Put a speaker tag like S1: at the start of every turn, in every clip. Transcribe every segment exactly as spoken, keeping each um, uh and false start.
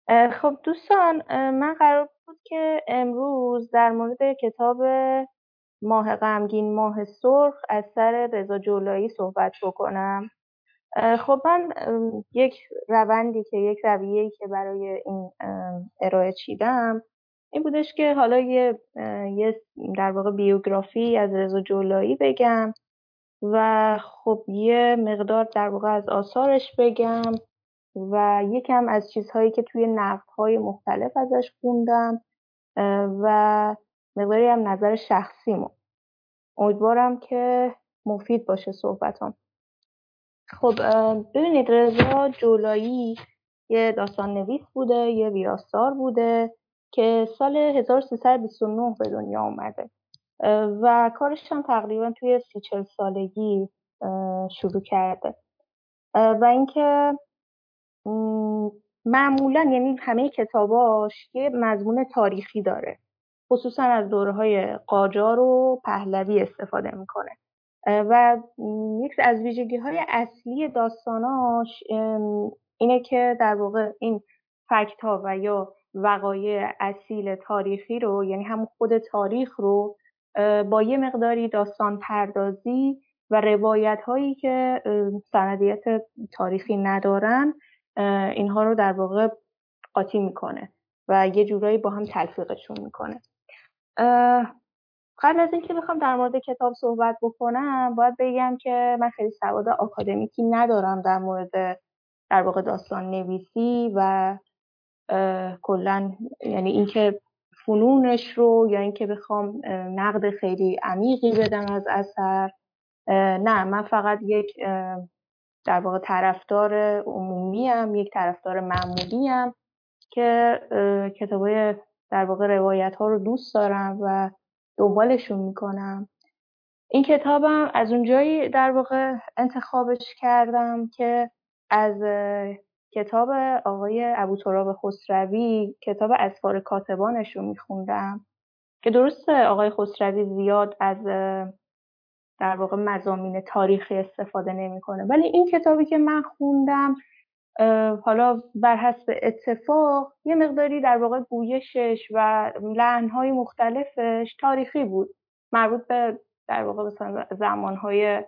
S1: خب دوستان، من قرار بود که امروز در مورد کتاب ماه غمگین ماه سرخ اثر رضا جولایی صحبت بکنم. خب من یک روندی که یک رویه‌ای که برای این ارائه چیدم این بودش که حالا یه یه در واقع بیوگرافی از رضا جولایی بگم و خب یه مقدار در واقع از آثارش بگم و یکم از چیزهایی که توی نقدهای مختلف ازش خوندم و مقداری هم نظر شخصیمو. امیدوارم که مفید باشه صحبتام. خب ببینید، رضا جولایی یه داستان نویس بوده، یه ویراستار بوده که سال هزار و سیصد و بیست و نه به دنیا اومده و کارش هم تقریبا توی سی چل سالگی شروع کرده و اینکه معمولا یعنی همه کتاباش یه مضمون تاریخی داره، خصوصا از دوره‌های قاجار و پهلوی استفاده میکنه و یک از ویژگی‌های اصلی داستاناش اینه که در واقع این فکت‌ها و یا وقایع اصیل تاریخی رو، یعنی همون خود تاریخ رو با یه مقداری داستان پردازی و روایت‌هایی که سندیت تاریخی ندارن اینها رو در واقع قاطی میکنه و یه جورایی با هم تلفیقشون میکنه. قبل از اینکه بخوام در مورد کتاب صحبت بکنم باید بگم که من خیلی سواد آکادمیکی ندارم در مورد در واقع داستان نویسی و کلا یعنی اینکه فنونش رو یا اینکه بخوام نقد خیلی عمیقی بدم از اثر. نه، من فقط یک در واقع طرفدار عمومی ام، یک طرفدار معمولی ام که کتابای در واقع روایت ها رو دوست دارم و دنبالشون میکنم. این کتابم از اونجایی در واقع انتخابش کردم که از کتاب آقای ابوتراب خسروی، کتاب اسفار کاتبانش رو میخوندم که درسته آقای خسروی زیاد از در واقع مضامین تاریخی استفاده نمیکنه، ولی این کتابی که من خوندم حالا بر حسب اتفاق یه مقداری در واقع گویشش و لحن‌های مختلفش تاریخی بود، مربوط به در واقع مثلا زمانهای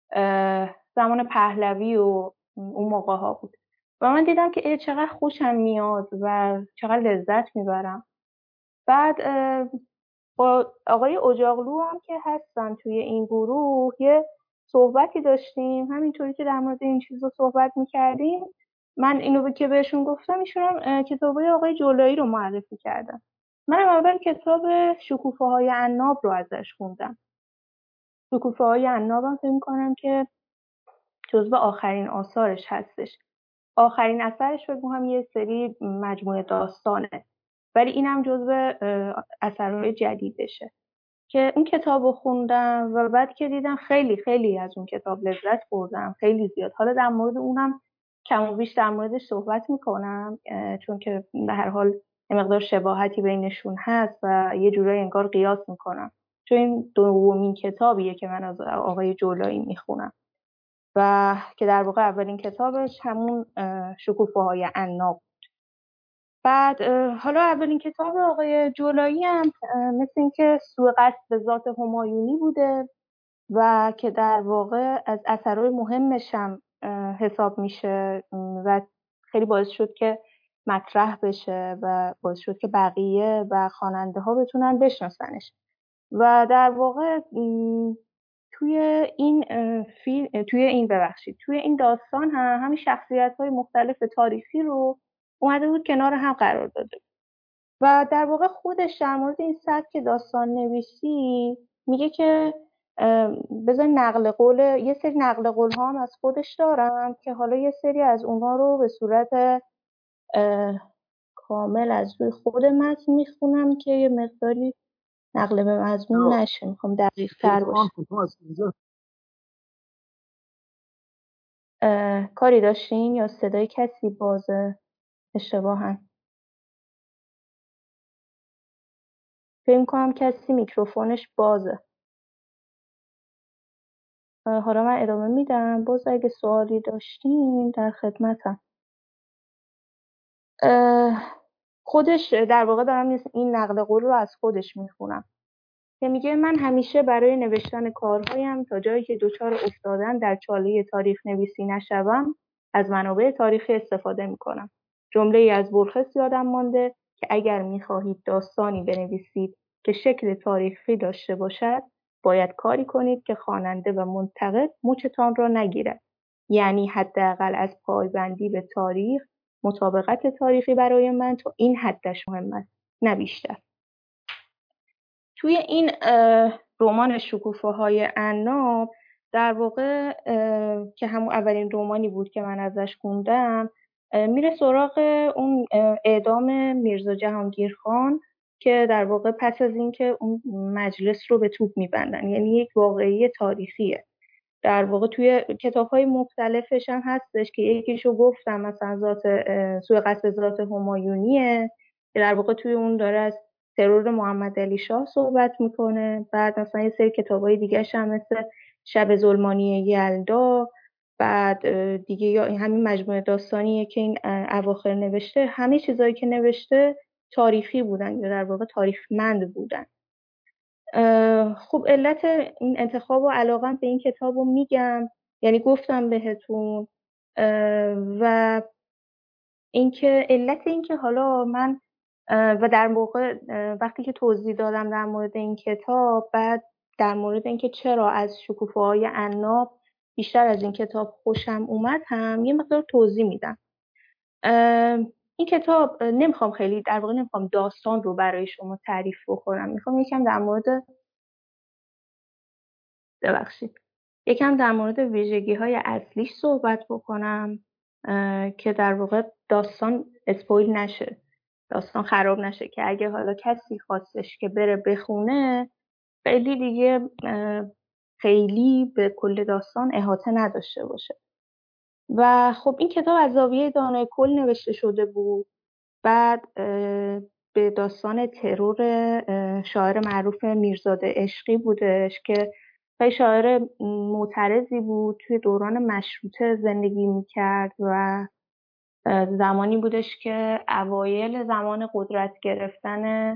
S1: زمان پهلوی و اون موقع ها بود و من دیدم که چقدر خوشم میاد و چقدر لذت میبرم. بعد با آقای اجاقلو هم که هستن توی این گروه یه صحبتی داشتیم، همینطوری که در مورد این چیزا صحبت میکردیم من اینو که بهشون گفتم ایشون کتابای آقای جولایی رو معرفی کردن. منم اول کتاب شکوفه‌های عناب رو ازش خوندم. شکوفه‌های عناب هم فکر می‌کنم که جزو آخرین آثارش هستش. آخرین اثرش فکر می‌کنم یه سری مجموعه داستانه، ولی اینم جزو اثرهای جدیدشه که اون کتاب رو خوندم و بعد که دیدم خیلی خیلی از اون کتاب لذت بردم، خیلی زیاد. حالا در مورد اونم کم و بیش در موردش صحبت میکنم چون که به هر حال یه مقدار شباهتی بینشون هست و یه جورایی انگار قیاس میکنم، چون این دومین کتابیه که من از آقای جولایی میخونم و که در واقع اولین کتابش همون شکوفه‌های عناب. بعد حالا اولین کتاب آقای جولایی هم مثل اینکه سوء قصد به ذات همایونی بوده و که در واقع از اثرهای مهمش هم حساب میشه و خیلی باعث شد که مطرح بشه و باعث شد که بقیه و خواننده ها بتونن بشناسنش و در واقع توی این فیلم توی این ببخشید توی این داستان هم همین شخصیت های مختلف تاریخی رو اومده بود کنار هم قرار داده و در واقع خودش در مورد این سبک داستان نویسی میگه که بذار نقل قول یه سری نقل قول ها هم از خودش دارم که حالا یه سری از اونها رو به صورت کامل از روی خود متن میخونم که یه مقداری نقل به مضمون نشه، میخوام دقیق تر باشه. کاری داشتین یا صدای کسی بازه؟ اشتباهن فکر کنم کسی میکروفونش بازه. حالا من ادامه میدم، باز اگه سوالی داشتین در خدمتم. خودش در واقع دارم این نقل قول رو از خودش میخونم که میگه من همیشه برای نوشتن کارهایم تا جایی که دچار افتادن در چاله تاریخ نویسی نشوم از منابع تاریخی استفاده میکنم. جمله ای از برخس یادم مانده که اگر میخواهید داستانی بنویسید که شکل تاریخی داشته باشد باید کاری کنید که خواننده و منتقد مچتان را نگیرد. یعنی حداقل از پایبندی به تاریخ، مطابقت تاریخی برای من تا این حدش مهم است، نه بیشتر. توی این رمان شکوفه‌های عناب در واقع که همون اولین رمانی بود که من ازش خوندم، میره سراغ اون اعدام میرزا جهانگیرخان که در واقع پس از اینکه اون مجلس رو به توپ میبندن، یعنی یک واقعی تاریخیه. در واقع توی کتاب‌های مختلفش هم هستش که یکیشو گفتم مثلا ذات سوی قصد ذات همایونیه که در واقع توی اون داره از ترور محمد علی شاه صحبت میکنه. بعد مثلا یه سری کتاب‌های دیگه‌ش هم مثل شب ظلمانی یلدا، بعد دیگه یا همین مجموعه داستانیه که این اواخر نوشته، همه چیزایی که نوشته تاریخی بودن یا در واقع تاریخمند بودن. خب علت این انتخاب و علاقم به این کتاب رو میگم، یعنی گفتم بهتون، و اینکه علت اینکه حالا من و در موقع وقتی که توضیح دادم در مورد این کتاب، بعد در مورد اینکه چرا از شکوفه‌های عناب بیشتر از این کتاب خوشم اومد هم یه مقدار توضیح میدم. این کتاب نمیخوام خیلی در واقع نمیخوام داستان رو برای شما تعریف بکنم، میخوام یکم در مورد ببخشید یکم در مورد ویژگی‌های اصلیش صحبت بکنم که در واقع داستان اسپویل نشه، داستان خراب نشه، که اگه حالا کسی خواستش که بره بخونه خیلی دیگه خیلی به کل داستان احاطه نداشته باشه. و خب این کتاب از زاویه دانای کل نوشته شده بود. بعد به داستان ترور شاعر معروف میرزاده عشقی بودش که خیلی شاعر معترضی بود، توی دوران مشروطه زندگی میکرد و زمانی بودش که اوایل زمان قدرت گرفتن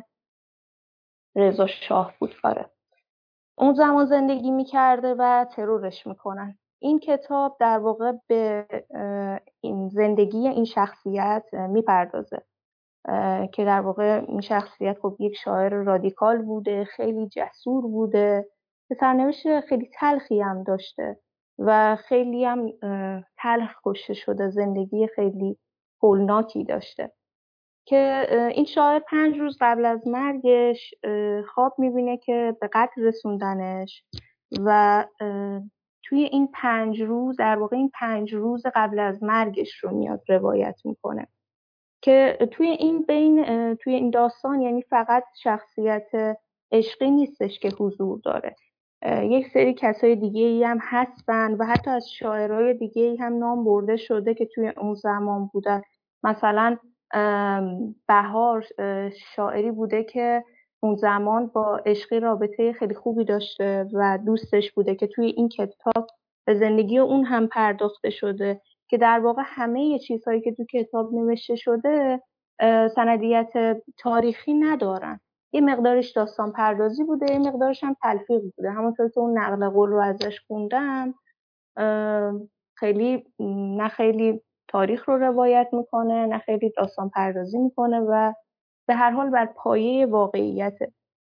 S1: رضا شاه بود. آره اون زمان زندگی میکرده و ترورش میکنن. این کتاب در واقع به این زندگی این شخصیت میپردازه که در واقع این شخصیت خب یک شاعر رادیکال بوده، خیلی جسور بوده، که سرنوشت خیلی تلخی هم داشته و خیلی هم تلخ کشته شده، زندگی خیلی هولناکی داشته. که این شاعر پنج روز قبل از مرگش خواب میبینه که به قتل رسوندنش و توی این پنج روز در واقع این پنج روز قبل از مرگش رو میاد روایت میکنه که توی این بین توی این داستان یعنی فقط شخصیت عشقی نیستش که حضور داره، یک سری کسای دیگه ای هم هستن و حتی از شاعرای دیگه ای هم نام برده شده که توی اون زمان بودن. مثلا بهار شاعری بوده که اون زمان با عشقی رابطه خیلی خوبی داشته و دوستش بوده که توی این کتاب به زندگی اون هم پرداخته شده که در واقع همه چیزهایی که تو کتاب نوشته شده سندیت تاریخی ندارن. یه مقدارش داستان پردازی بوده، یه مقدارش هم تلفیق بوده. همونطور که اون نقل قول رو ازش خوندم، خیلی نه خیلی تاریخ رو روایت میکنه نه خیلی داستان پردازی میکنه و به هر حال بر پایه واقعیته.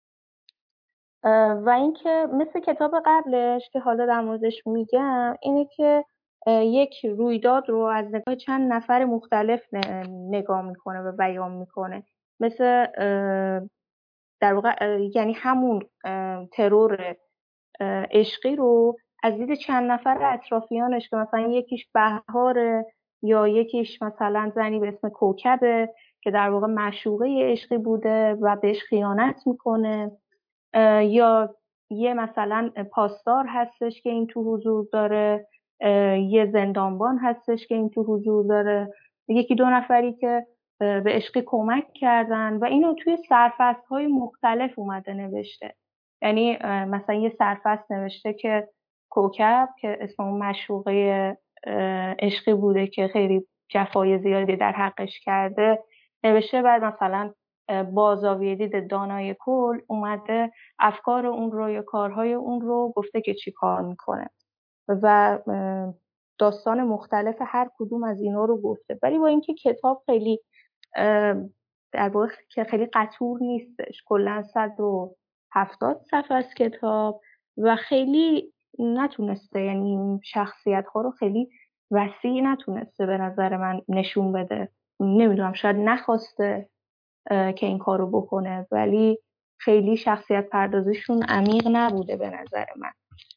S1: و اینکه مثل کتاب قبلش که حالا در موردش میگم اینه که یک رویداد رو از نگاه چند نفر مختلف نگاه میکنه و بیان میکنه، مثل در واقع یعنی همون ترور عشقی رو از دید چند نفر اطرافیانش که مثلا یکیش بهاره یا یکیش مثلا زنی به اسم کوکبه که در واقع معشوقه عشقی بوده و بهش خیانت میکنه، یا یه مثلا پاسدار هستش که این تو حضور داره، یه زندانبان هستش که این تو حضور داره، یکی دو نفری که به عشقی کمک کردن و اینو توی سرفصل‌های مختلف اومده نوشته. یعنی مثلا یه سرفصل نوشته که کوکب که اسم اون معشوقه عشقی بوده که خیلی جفای زیادی در حقش کرده نوشته، بعد مثلا با زاویه دید دانای کل اومده افکار اون رو یا کارهای اون رو گفته که چی کار میکنه و داستان مختلف هر کدوم از اینا رو گفته. ولی با اینکه کتاب خیلی در واقع که خیلی قطور نیستش، کلا صد و هفتاد صفحه از کتاب و خیلی نتونسته، یعنی شخصیت ها رو خیلی وسیع نتونسته به نظر من نشون بده. نمیدونم، شاید نخواسته که این کارو بکنه، ولی خیلی شخصیت پردازیشون عمیق نبوده به نظر من.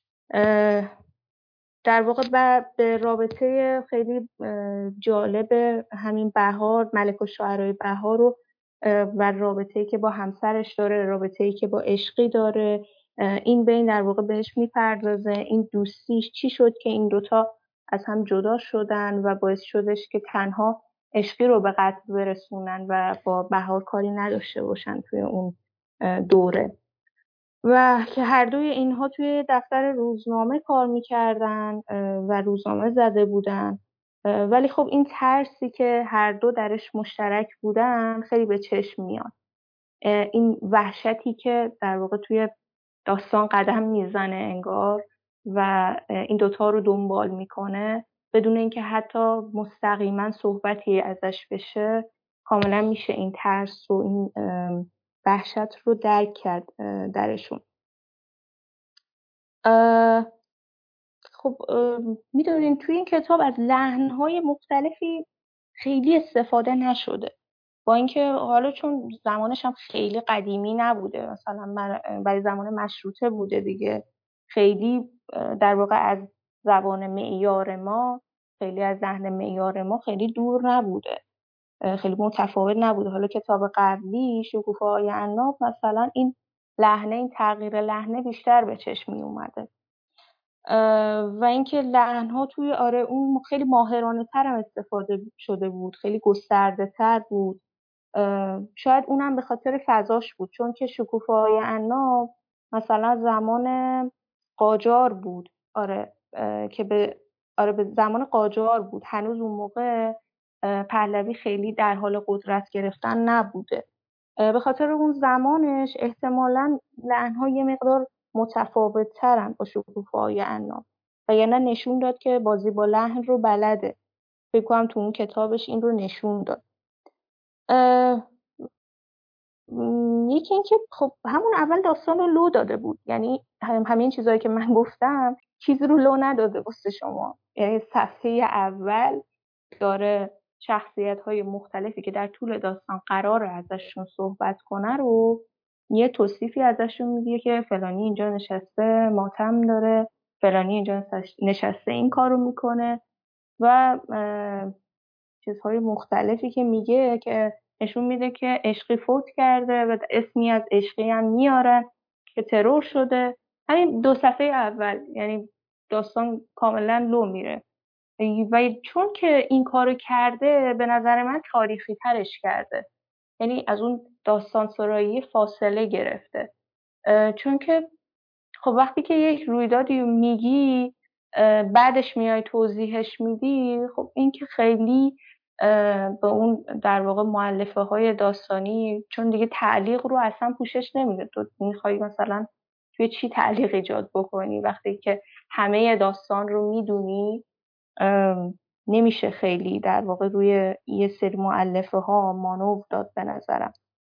S1: در واقع به رابطه خیلی جالب همین بهار، ملک الشعرای بهار رو و رابطه‌ای که با همسرش داره، رابطه‌ای که با عشقی داره، این بین در واقع بهش میپردازه. این دوستیش چی شد که این دوتا از هم جدا شدن و باعث شدش که تنها عشقی رو به قتل برسونن و با بهار کاری نداشته باشن توی اون دوره، و که هر دوی اینها توی دفتر روزنامه کار میکردن و روزنامه زده بودن. ولی خب این ترسی که هر دو درش مشترک بودن خیلی به چشم میاد. این وحشتی که در واقع توی داستان قدم میزنه انگار و این دوتا رو دنبال میکنه بدون اینکه حتی مستقیما صحبتی ازش بشه، کاملا میشه این ترس و این وحشت رو درک کرد درشون. خب میدونین توی این کتاب از لحن‌های مختلفی خیلی استفاده نشده، با اینکه حالا چون زمانش هم خیلی قدیمی نبوده، مثلا برای زمان مشروطه بوده دیگه، خیلی در واقع از زبان معیار ما، خیلی از لحن معیار ما خیلی دور نبوده، خیلی متفاوت نبوده. حالا کتاب قبلی شکوفه‌های عناب مثلا این لحنه، این تغییر لحنه بیشتر به چشم می اومده و اینکه لحن‌ها توی آره اون خیلی ماهرانه تر هم استفاده شده بود، خیلی گسترده تر بود. شاید اونم به خاطر فضاش بود، چون که شکوفه‌های عناب مثلا زمان قاجار بود. آره که به آره به زمان قاجار بود، هنوز اون موقع پهلوی خیلی در حال قدرت گرفتن نبوده. به خاطر اون زمانش احتمالاً لحن‌ها یه مقدار متفاوت ترن با شکوفه‌های عناب و یعنی نشون داد که بازی با لحن رو بلده. فکر کنم تو اون کتابش این رو نشون داد. یکی این که خب همون اول داستان رو لو داده بود، یعنی هم همین چیزایی که من گفتم چیزی رو لو نداده واسه شما. یعنی صفحه اول داره شخصیت‌های مختلفی که در طول داستان قراره ازشون صحبت کنه رو یه توصیفی ازشون میگه که فلانی اینجا نشسته ماتم داره، فلانی اینجا نشسته این کارو میکنه و چیزهای مختلفی که میگه که نشون میده که عشقی فوت کرده و اسمی از عشقی هم میاره که ترور شده. همین دو صفحه اول یعنی داستان کاملا لو میره و چون که این کارو کرده به نظر من تاریخی ترش کرده، یعنی از اون داستان سرایی فاصله گرفته. چون که خب وقتی که یک رویدادی میگی بعدش میای توضیحش میدی، خب این که خیلی به اون در واقع مؤلفه های داستانی، چون دیگه تعلیق رو اصلا پوشش نمیده. تو میخوای مثلا توی چی تعلیق ایجاد بکنی وقتی که همه داستان رو میدونی؟ نمیشه خیلی در واقع روی یه سری مؤلفه ها مانور داد به نظرم.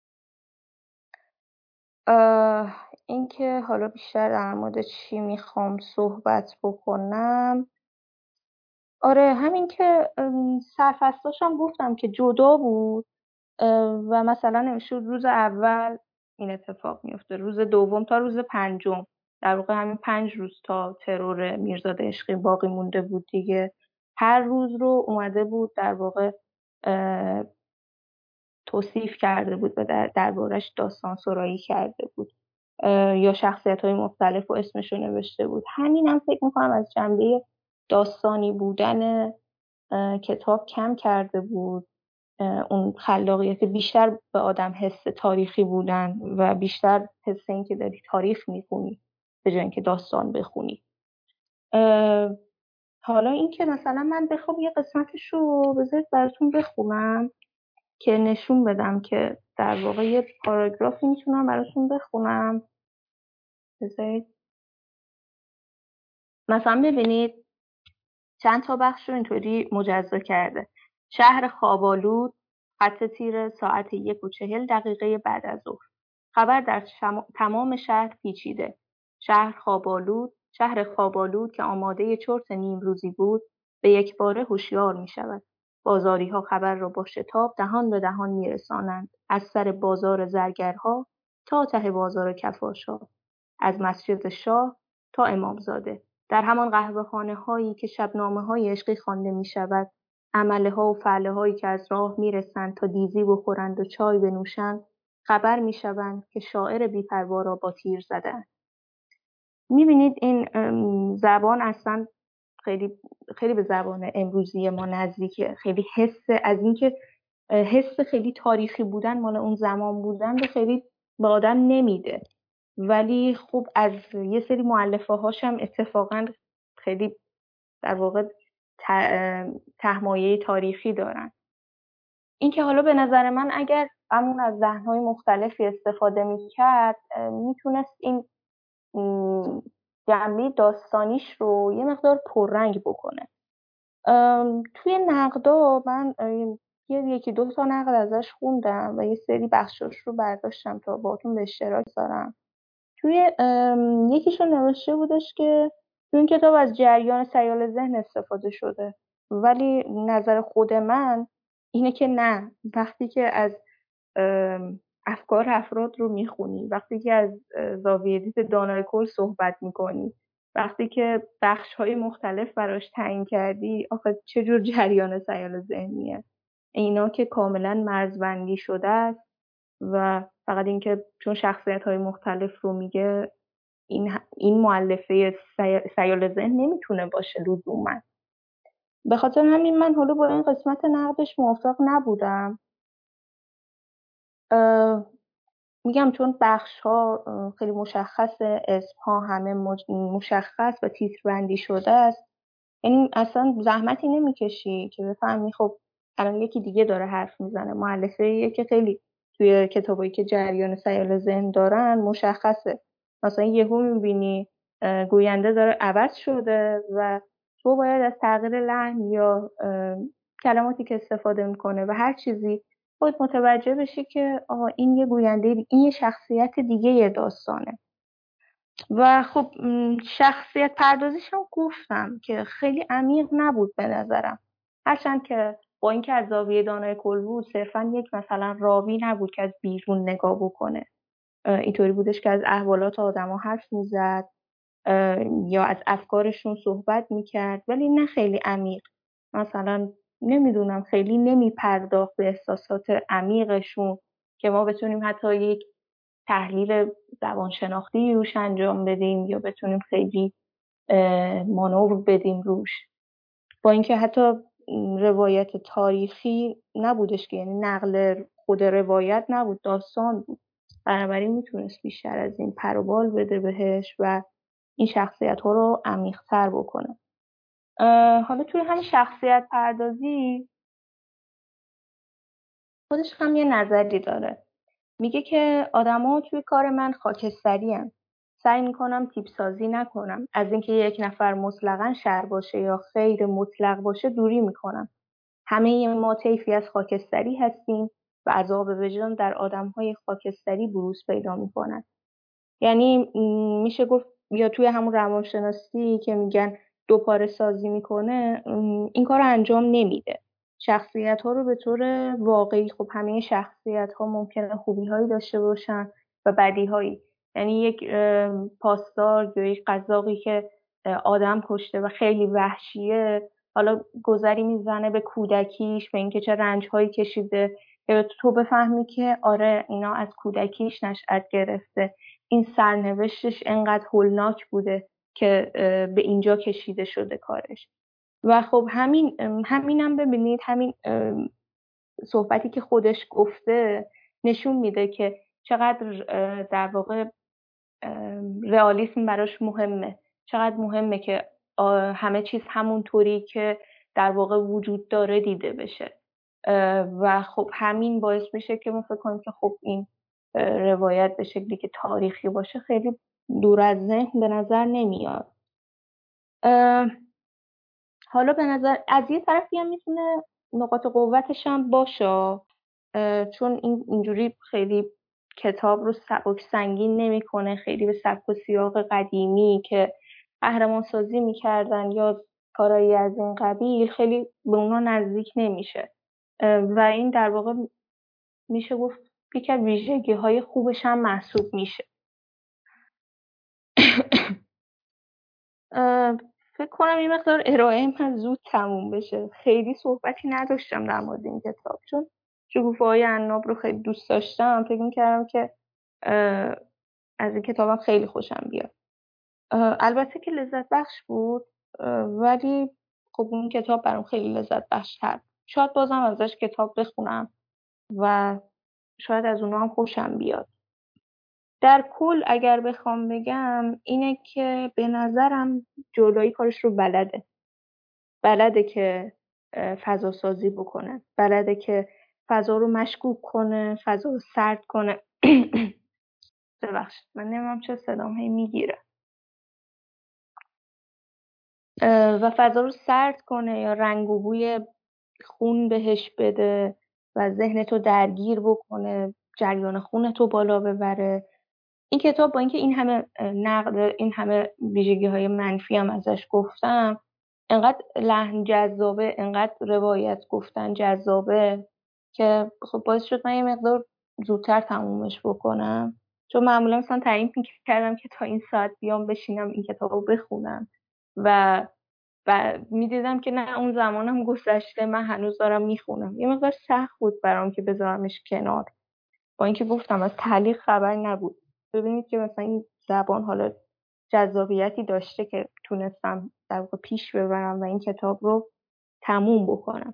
S1: این که حالا بیشتر در مورد چی میخوام صحبت بکنم، آره همین که سرفصلاشم گفتم که جدا بود و مثلا نمیشه روز اول این اتفاق میفته، روز دوم تا روز پنجم، در واقع همین پنج روز تا ترور میرزاد عشقی باقی مونده بود دیگه. هر روز رو اومده بود در واقع توصیف کرده بود و در دربارش داستان سرایی کرده بود یا شخصیت های مختلف و اسمشو نوشته بود. همین هم فکر میکنم از جنبه داستانی بودن کتاب کم کرده بود، اون خلاقیت بیشتر به آدم حس تاریخی بودن و بیشتر حس این که داری تاریخ میخونی به جای اینکه داستان بخونی. حالا این که مثلا من بخوام یه قسمتش رو بذارید براتون بخونم که نشون بدم که در واقع یه پاراگرافی میتونم براتون بخونم. بذارید مثلا ببینید چند تا بخش رو اینطوری مجزا کرده. شهر خواب‌آلود، خط تیره، ساعت یک و چهل دقیقه بعد از ظهر. خبر در شم... تمام شهر پیچیده. شهر خواب‌آلود، شهر خواب‌آلود که آماده چرت نیمروزی بود، به یک باره هوشیار می شود. بازاری ها خبر را با شتاب دهان به دهان می رسانند. از سر بازار زرگرها تا ته بازار کفاش‌ها. از مسجد شاه تا امامزاده. در همان قهوه‌خانه هایی که شبنامه های عشقی خوانده می شود، عمله ها و فعله هایی که از راه می رسند تا دیزی بخورند و چای بنوشند، خبر می شوند که شاعر بی‌پروا را با تیر زدند. می بینید این زبان اصلا خیلی خیلی به زبان امروزی ما نزدیکه. خیلی حس از اینکه حس خیلی تاریخی بودن مال اون زمان بودن رو خیلی به آدم نمیده، ولی خب از یه سری مؤلفه هاش هم اتفاقا خیلی در واقع تهمایه تاریخی دارن. این که حالا به نظر من اگر همون از ذهن‌های مختلفی استفاده می‌کرد میتونست این جنبه داستانیش رو یه مقدار پررنگ بکنه. توی نقدا من یه یکی دو تا نقد ازش خوندم و یه سری بخشاش رو برداشتم تا باهاتون به اشتراک بذارم. توی یکیشون نوشته بودش که توی این کتاب از جریان سیال ذهن استفاده شده، ولی نظر خود من اینه که نه. وقتی که از افکار افراد رو میخونی، وقتی که از زاویه دید دانای کل صحبت میکنی، وقتی که بخش‌های مختلف براش تعیین کردی، آخه چجور جریان سیال ذهنیه؟ اینا که کاملا مرزبندی شده است و فقط اینکه چون شخصیت‌های مختلف رو میگه این این مؤلفه سیال ذهن نمیتونه باشه لزوما. به خاطر همین من حالا با این قسمت نقدش موافق نبودم. میگم چون بخش ها خیلی مشخصه، اسم ها همه مشخص و تیتر بندی شده است، یعنی اصلا زحمتی نمیکشی که بفهمی خب الان یکی دیگه داره حرف میزنه. مؤلفه‌ایه که خیلی توی کتابایی که جریان سیال ذهن دارن مشخصه. مثلا یهو میبینی گوینده داره عوض شده و تو باید از تغییر لحن یا کلماتی که استفاده میکنه و هر چیزی خود متوجه بشی که آها این یه گوینده، این یه شخصیت دیگه یه داستانه. و خب شخصیت پردازیش هم گفتم که خیلی عمیق نبود به نظرم، هرچند که با اینکه از زاویه دانای کل بود صرفا یک مثلا راوی نبود که از بیرون نگاه بکنه. اینطوری بودش که از احوالات آدما حرف میزد یا از افکارشون صحبت میکرد، ولی نه خیلی عمیق. مثلا نمیدونم خیلی نمیپرداخت به احساسات عمیقشون که ما بتونیم حتی یک تحلیل زبانشناختی روش انجام بدیم یا بتونیم خیلی مانور بدیم روش. با اینکه حتی روایت تاریخی نبودش، که یعنی نقل خود روایت نبود، داستان بود، بنابراین میتونست بیشتر از این پر و بال بده بهش و این شخصیت ها رو عمیق‌تر بکنه. حالا توی همین شخصیت پردازی خودش هم یه نظری داره. میگه که آدما توی کار من خاکستری هستن. سعی میکنم تیپ سازی نکنم. از اینکه یک نفر مطلقاً شر باشه یا خیر مطلق باشه دوری میکنم. همه ما طیفی از خاکستری هستیم و عذاب وجدان در آدمهای خاکستری بروز پیدا میکنند. یعنی میشه گفت یا توی همون روانشناسی که میگن دو پاره سازی میکنه، این کار رو انجام نمیده. شخصیت ها رو به طور واقعی، خب همه شخصیت ها ممکنه خوبی هایی داشته باشن و بدی هایی. یعنی یک پاسدار یا یک قزاقی که آدم کشته و خیلی وحشیه، حالا گذری میزنه به کودکیش، به اینکه چه رنج هایی کشیده، که تو بفهمی که آره اینا از کودکیش نشأت گرفته، این سرنوشتش انقدر هولناک بوده که به اینجا کشیده شده کارش. و خب همین همینم ببینید، همین صحبتی که خودش گفته نشون میده که چقدر در واقع رئالیسم براش مهمه، چقدر مهمه که همه چیز همونطوری که در واقع وجود داره دیده بشه و خب همین باعث میشه که ما فکر کنیم که خب این روایت به شکلی که تاریخی باشه خیلی دور از ذهن به نظر نمیاد. حالا به نظر از یه طرفی هم میتونه نقاط قوتش هم باشه، چون این اینجوری خیلی کتاب رو سبک سنگین نمیکنه، خیلی به سبک و سیاق قدیمی که قهرمان سازی میکردن یا کارایی از این قبیل خیلی به اونا نزدیک نمیشه و این در واقع میشه گفت یکی از ویژگی های خوبش هم محسوب میشه. فکر کنم این مقدار ارائه من زود تموم بشه. خیلی صحبتی نداشتم در مورد این کتاب، چون شکوفه‌های عناب رو خیلی دوست داشتم. فکر می‌کردم که از این کتابم خیلی خوشم بیاد. البته که لذت بخش بود، ولی خب اون کتاب برام خیلی لذت بخش تر. شاید بازم ازش کتاب بخونم و شاید از اونها هم خوشم بیاد. در کل اگر بخوام بگم اینه که به نظرم جولایی کارش رو بلده. بلده که فضا سازی بکنه، بلده که فضا رو مشکوک کنه، فضا رو سرد کنه. ببخشید من نمیدونم چه صدام هی میگیره. و فضا رو سرد کنه یا رنگ و بوی خون بهش بده و ذهنتو درگیر بکنه، جریان خونتو بالا ببره. این کتاب با اینکه این همه نقد، این همه ویژگی های منفی هم ازش گفتم، انقدر لحن جذابه، انقدر روایت گفتن جذابه که خب باعث شد من یه مقدار زودتر تمومش بکنم، چون معمولا مثلا تعیین میکردم که تا این ساعت بیام بشینم این کتاب رو بخونم و و میدیدم که نه، اون زمانم گذشته، من هنوز دارم میخونم. یه مقدار سخت بود برام که بذارمش کنار، با اینکه گفتم از تعلیق خبر نبود. ببینید که مثلا این زبان حالا جذابیتی داشته که تونستم در واقع پیش ببرم و این کتاب رو تموم بکنم.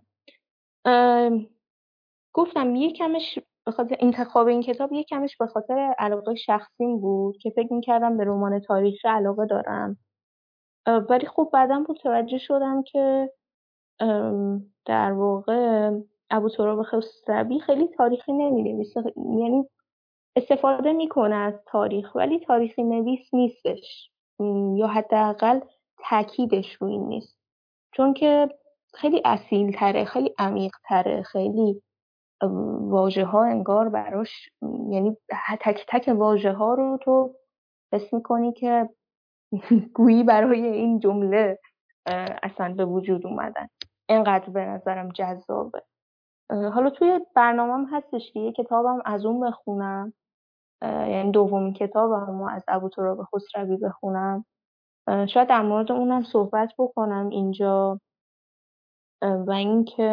S1: گفتم یکمش به خاطر انتخاب این کتاب، یکمش به خاطر علاقه شخصیم بود که فکر می‌کردم به رمان تاریخی علاقه دارم، ولی خب بعداً متوجه شدم که در واقع ابوتراب خسروی خیلی تاریخی نمی‌نویسه، یعنی استفاده میکنه از تاریخ ولی تاریخی نویس نیستش، یا حداقل تاکیدش رو این نیست، چون که خیلی اصیل تره، خیلی عمیق تره، خیلی واژه ها انگار براش، یعنی تک تک واژه ها رو تو حس میکنی که گویی برای این جمله اصلا به وجود اومدن. اینقدر به نظرم جذابه. حالا توی برنامه‌ام هستش که یه کتابم از اون بخونم، یعنی دومین کتابم از ابوتراب خسروی بخونم، شاید در مورد اونم صحبت بکنم اینجا. و اینکه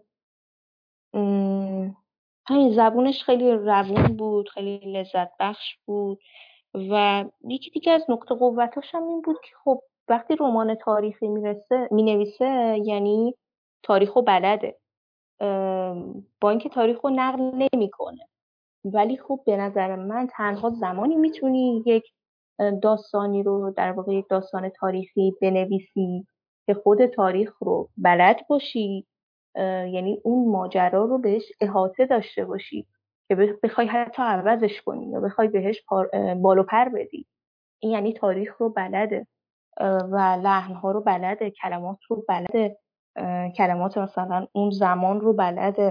S1: همین زبونش خیلی روون بود، خیلی لذت بخش بود و یکی دیگه از نقطه قوتاش هم این بود که خب وقتی رمان تاریخی میرسه مینویسه یعنی تاریخو بلده، با اینکه تاریخو نقل نمیکنه، ولی خب به نظر من تنها زمانی میتونی یک داستانی رو، در واقع یک داستان تاریخی بنویسی که خود تاریخ رو بلد باشی، یعنی اون ماجرا رو بهش احاطه داشته باشی که بخوای حتی عوضش کنی یا بخوای بهش بال و پر بدی. این یعنی تاریخ رو بلده و لحنها رو بلده، کلمات رو بلده، کلمات مثلا اون زمان رو بلده.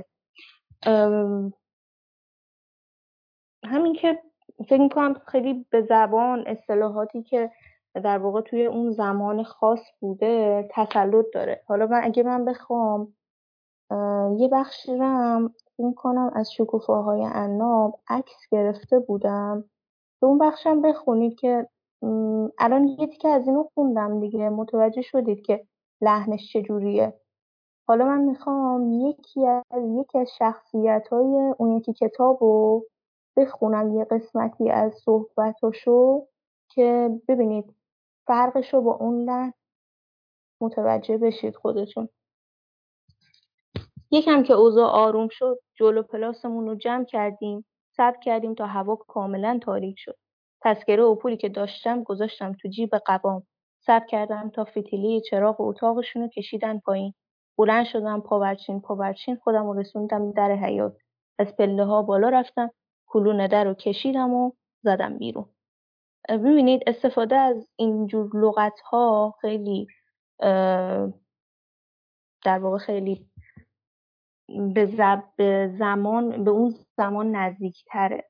S1: همین که فکر میکنم خیلی به زبان، اصطلاحاتی که در واقع توی اون زمان خاص بوده تسلط داره. حالا من اگه من بخوام یه بخشی رو فکر کنم از شکوفه‌های عناب عکس گرفته بودم، به اون بخشم بخونید که الان یه تیکه از اینو خوندم دیگه، متوجه شدید که لحنش چجوریه. حالا من میخوام یکی از یکی از شخصیت‌های اون یکی کتابو بخونم، یه قسمتی از صحبتاشو، که ببینید فرقشو با اون لحن متوجه بشید خودتون. یکم که اوضاع آروم شد، جلو پلاسمون رو جمع کردیم، صبر کردیم تا هوا کاملا تاریک شد. تذکره و پولی که داشتم گذاشتم تو جیب قبام. سر کردن تا فتیلی چراغ اتاقشون رو کشیدن پایین. بلند شدم پاورچین پاورچین خودم رو رسوندم در حیاط. از پله ها بالا رفتم، کلون در رو کشیدم و زدم بیرون. ببینید استفاده از اینجور لغت ها خیلی در واقع خیلی به, زب... به زمان به اون زمان نزدیک تره.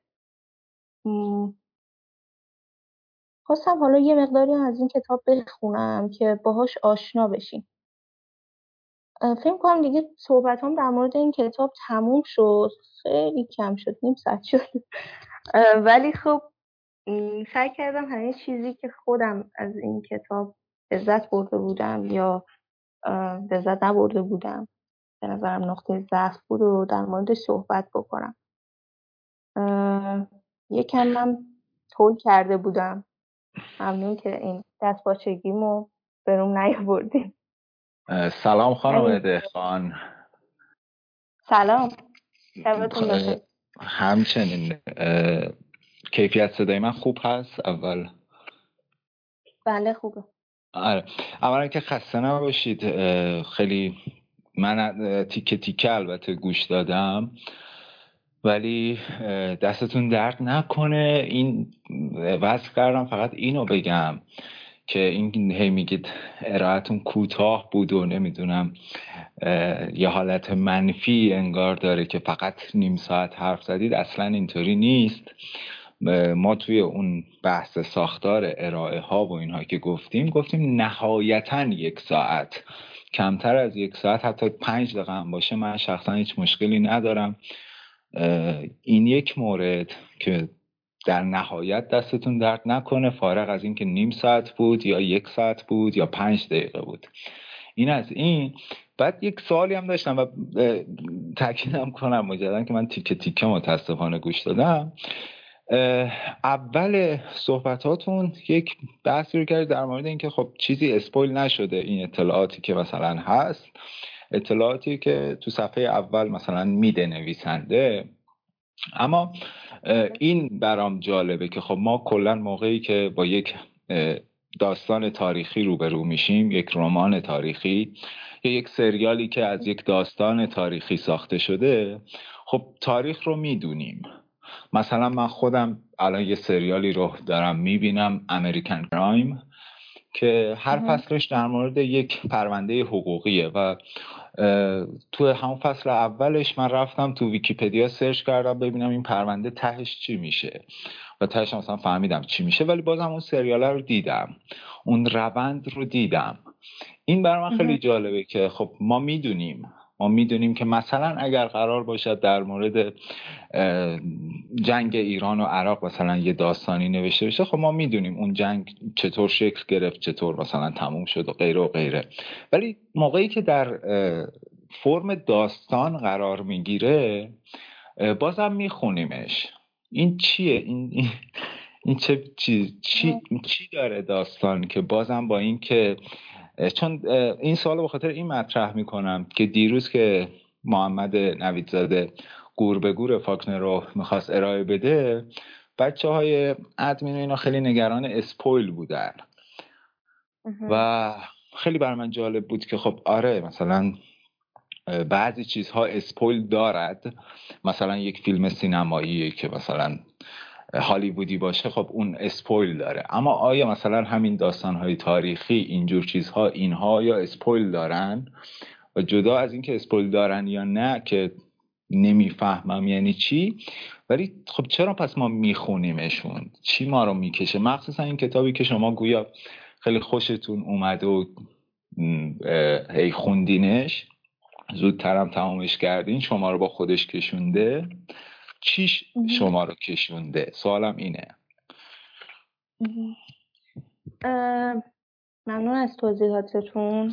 S1: خواستم حالا یه مقداری از این کتاب بخونم که باهاش آشنا بشیم. فکر کنم دیگه صحبت هم در مورد این کتاب تموم شد، خیلی کم شد، نیم ساعت شد. ولی خب سعی کردم همه چیزی که خودم از این کتاب لذت برده بودم یا لذت نبرده بودم به نظرم نقطه ضعف بود و در مورد صحبت بکنم. یکم من طول کرده بودم، ممنون که این دست باچگیمو برام نیاوردین.
S2: سلام خانم دهقان.
S1: سلام، شبتون بخیر.
S2: همچنین. کیفیت صدای من خوب هست اول؟
S1: بله خوبه.
S2: آره، اولا که خسته نباشید. خیلی من تیکه تیکه البته گوش دادم، ولی دستتون درد نکنه. این واسه کردم فقط اینو بگم که این هی میگید ارائهتون کوتاه بود و نمیدونم یه حالت منفی انگار داره که فقط نیم ساعت حرف زدید. اصلا اینطوری نیست. ما توی اون بحث ساختار ارائه ها و اینها که گفتیم گفتیم نهایتاً یک ساعت، کمتر از یک ساعت حتی پنج دقیقه هم باشه من شخصا هیچ مشکلی ندارم. این یک مورد که در نهایت دستتون درد نکنه، فارغ از این که نیم ساعت بود یا یک ساعت بود یا پنج دقیقه بود. این از این. بعد یک سوالی هم داشتم و تاکیدم کنم مجددا که من تیکه تیکه متاسفانه گوش دادم. اول صحبتاتون یک بحثی رو کردید در مورد اینکه خب چیزی اسپویل نشده، این اطلاعاتی که مثلا هست، اطلاعاتی که تو صفحه اول مثلا میده نویسنده. اما این برام جالبه که خب ما کلا موقعی که با یک داستان تاریخی روبرو میشیم، یک رمان تاریخی یا یک سریالی که از یک داستان تاریخی ساخته شده، خب تاریخ رو میدونیم. مثلا من خودم الان یه سریالی رو دارم میبینم، امریکن کرایم، که هر فصلش در مورد یک پرونده حقوقیه و تو همون فصل اولش من رفتم تو ویکی‌پدیا سرچ کردم ببینم این پرونده تهش چی میشه و تهش مثلا فهمیدم چی میشه، ولی بازم اون سریال رو دیدم، اون روند رو دیدم. این برای من خیلی جالبه که خب ما میدونیم ما میدونیم که مثلا اگر قرار باشد در مورد جنگ ایران و عراق مثلا یه داستانی نوشته بشه، خب ما میدونیم اون جنگ چطور شکل گرفت، چطور مثلا تموم شد و غیره و غیره. ولی موقعی که در فرم داستان قرار میگیره بازم میخونیمش. این چیه؟ این, این, این چه چیز چی, چی داره داستان که بازم با این که چون این سوالو به خاطر این مطرح میکنم که دیروز که محمد نویدزاده گور به گور فاکنر رو میخواست ارائه بده، بچه های ادمین اینا خیلی نگران اسپویل بودن و خیلی برای من جالب بود که خب آره مثلا بعضی چیزها اسپویل دارد. مثلا یک فیلم سینمایی که مثلا هالیوودی باشه خب اون اسپویل داره، اما آیا مثلا همین داستان‌های تاریخی اینجور چیزها اینها یا اسپویل دارن؟ و جدا از اینکه اسپویل دارن یا نه که نمیفهمم یعنی چی، ولی خب چرا پس ما میخونیمشون؟ چی ما رو میکشه؟ مخصوصا این کتابی که شما گویا خیلی خوشتون اومد و هی خوندینش، زودترم تمامش کردین، شما رو با خودش کشونده. چیش شما رو کشونده؟ سوالم اینه.
S1: ممنون از توضیحاتتون.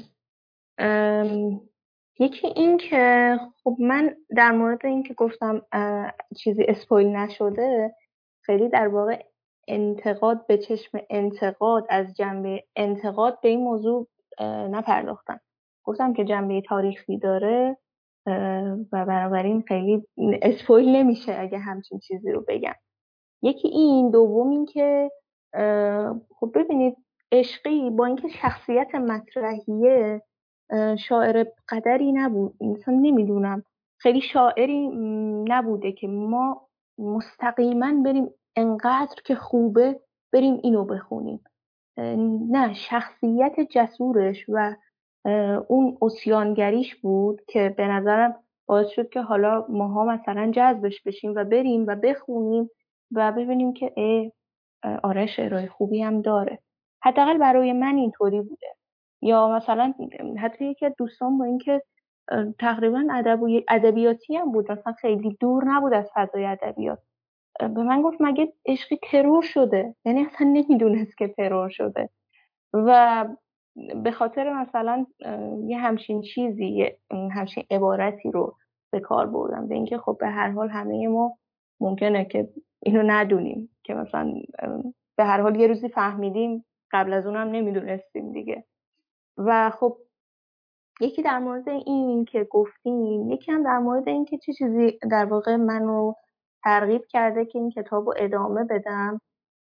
S1: یکی این که خب من در مورد این که گفتم چیزی اسپویل نشده، خیلی در واقع انتقاد به چشم انتقاد از جنبه انتقاد به این موضوع نپرداختم. گفتم که جنبه تاریخی داره و بنابراین خیلی اسپویل نمیشه اگه همچین چیزی رو بگم. یکی این. دوم این که خب ببینید عشقی با اینکه شخصیت مطرحیه شاعر قدری نبود، مثلا نمیدونم خیلی شاعری نبوده که ما مستقیما بریم انقدر که خوبه بریم اینو بخونیم. نه، شخصیت جسورش و اون عصیانگریش بود که به نظرم باعث شد که حالا ماها مثلا جذبش بشیم و بریم و بخونیم و ببینیم که اه آره شعرهای خوبی هم داره. حداقل برای من اینطوری بوده. یا مثلا حتی یکی از دوستان با اینکه تقریبا ادبیاتی هم بود، مثلا خیلی دور نبود از فضای ادبیات، به من گفت مگه عشقی ترور شده؟ یعنی اصلا نمیدونست که ترور شده و به خاطر مثلا یه همچین چیزی، یه همچین عبارتی رو به کار بردم، به اینکه خب به هر حال همه ما ممکنه که اینو ندونیم، که مثلا به هر حال یه روزی فهمیدیم، قبل از اونم نمیدونستیم دیگه. و خب یکی در مورد این که گفتیم، یکی هم در مورد این که چه چیزی در واقع منو ترغیب کرده که این کتاب رو ادامه بدم.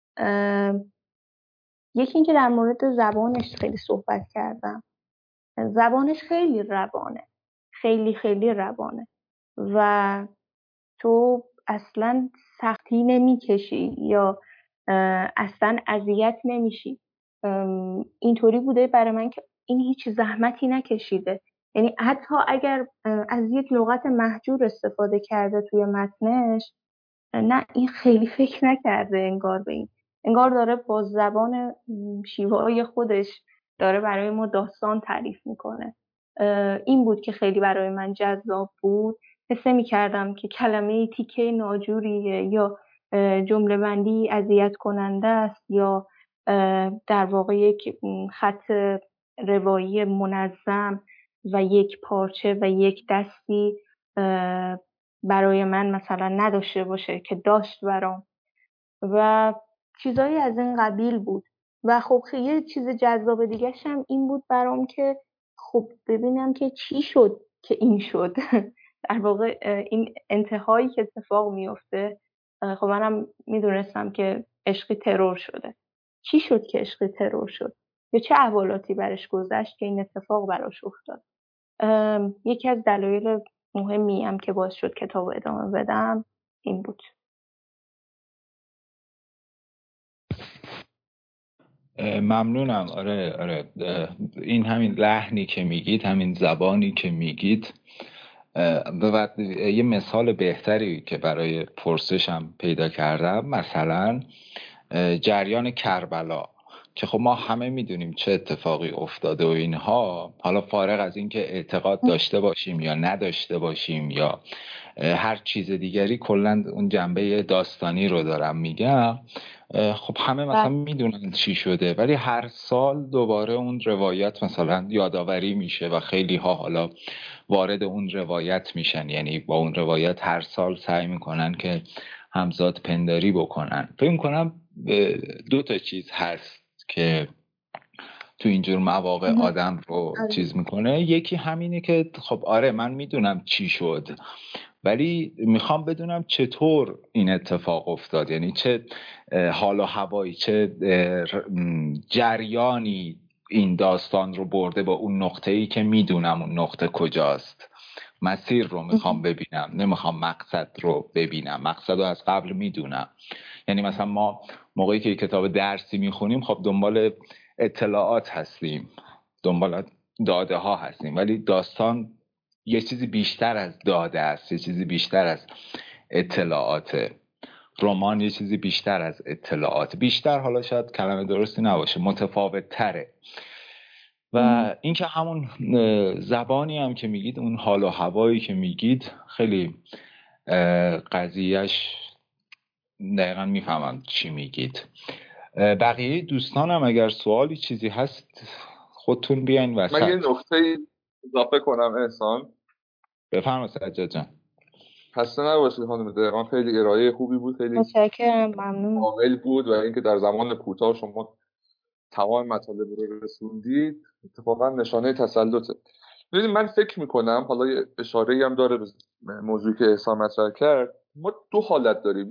S1: یکی این که در مورد زبانش خیلی صحبت کردم. زبانش خیلی روانه، خیلی خیلی روانه و تو اصلا سختی نمیکشی یا اصلا اذیت نمیشی. اینطوری بوده برای من که این هیچ زحمتی نکشیده، یعنی حتی اگر از یک لغت مهجور استفاده کرده توی متنش، نه این خیلی فکر نکرده انگار به این، انگار داره با زبان شیوه‌های خودش داره برای ما داستان تعریف میکنه. این بود که خیلی برای من جذاب بود. حس می‌کردم که کلمه تیکه ناجوریه یا جمله بندی اذیت کننده است یا در واقع یک خط روایی منظم و یک پارچه و یک دستی برای من مثلا نداشته باشه که داشت برام و چیزایی از این قبیل بود. و خب یه چیز جذاب دیگه هم این بود برام که خب ببینم که چی شد که این شد. در واقع این انتهایی که اتفاق میفته، خب منم میدونستم که عشقی ترور شده. چی شد که عشقی ترور شد؟ یا چه احوالاتی برش گذشت که این اتفاق براش افتاد؟ یکی از دلایل مهمی هم که باعث شد کتاب ادامه بدم این بود.
S2: ممنونم. آره آره این همین لحنی که میگید، همین زبانی که میگید، بعد یه مثال بهتری که برای پرسشم پیدا کردم، مثلا جریان کربلا که خب ما همه میدونیم چه اتفاقی افتاده و اینها، حالا فارغ از این که اعتقاد داشته باشیم یا نداشته باشیم یا هر چیز دیگری، کلا اون جنبه داستانی رو دارم میگم. خب همه مثلا میدونن چی شده، ولی هر سال دوباره اون روایت مثلا یادآوری میشه و خیلی ها حالا وارد اون روایت میشن، یعنی با اون روایت هر سال سعی میکنن که همزاد پنداری بکنن. فکر میکنم دو تا چیز هست که تو اینجور مواقع آدم رو چیز میکنه. یکی همینه که خب آره من میدونم چی شد، ولی میخوام بدونم چطور این اتفاق افتاد، یعنی چه حال و هوایی، چه جریانی این داستان رو برده با اون نقطه‌ای که میدونم اون نقطه کجاست. مسیر رو میخوام ببینم، نمیخوام مقصد رو ببینم. مقصد رو از قبل میدونم. یعنی مثلا ما موقعی که کتاب درسی میخونیم خب دنبال اطلاعات هستیم، دنبال داده ها هستیم، ولی داستان یه چیزی بیشتر از داده است، یه چیزی بیشتر از اطلاعات. رمان یه چیزی بیشتر از اطلاعات، بیشتر حالا شاید کلمه درستی نباشه، متفاوت تره. و اینکه همون زبانی هم که میگید، اون حال و هوایی که میگید، خیلی قضیهش دقیقا میفهمم چی میگید. بقیه دوستانم اگر سوالی چیزی هست خودتون بیاین وسط.
S3: من یه نکته اضافه کنم احسان.
S2: بفرمایید سجاد جان.
S3: خسته نباشید خانم، دقیقا خیلی ارائه خوبی بود، خیلی
S1: متشکرم، ممنون.
S3: کامل بود و اینکه در زمان کوتاه شما تمام مطالب رو رسوندید اتفاقا نشانه تسلطه. ببینید من فکر میکنم، حالا یه اشاره‌ای هم داره به موضوعی که احسان مطرح کرد، ما دو حالت داریم. یه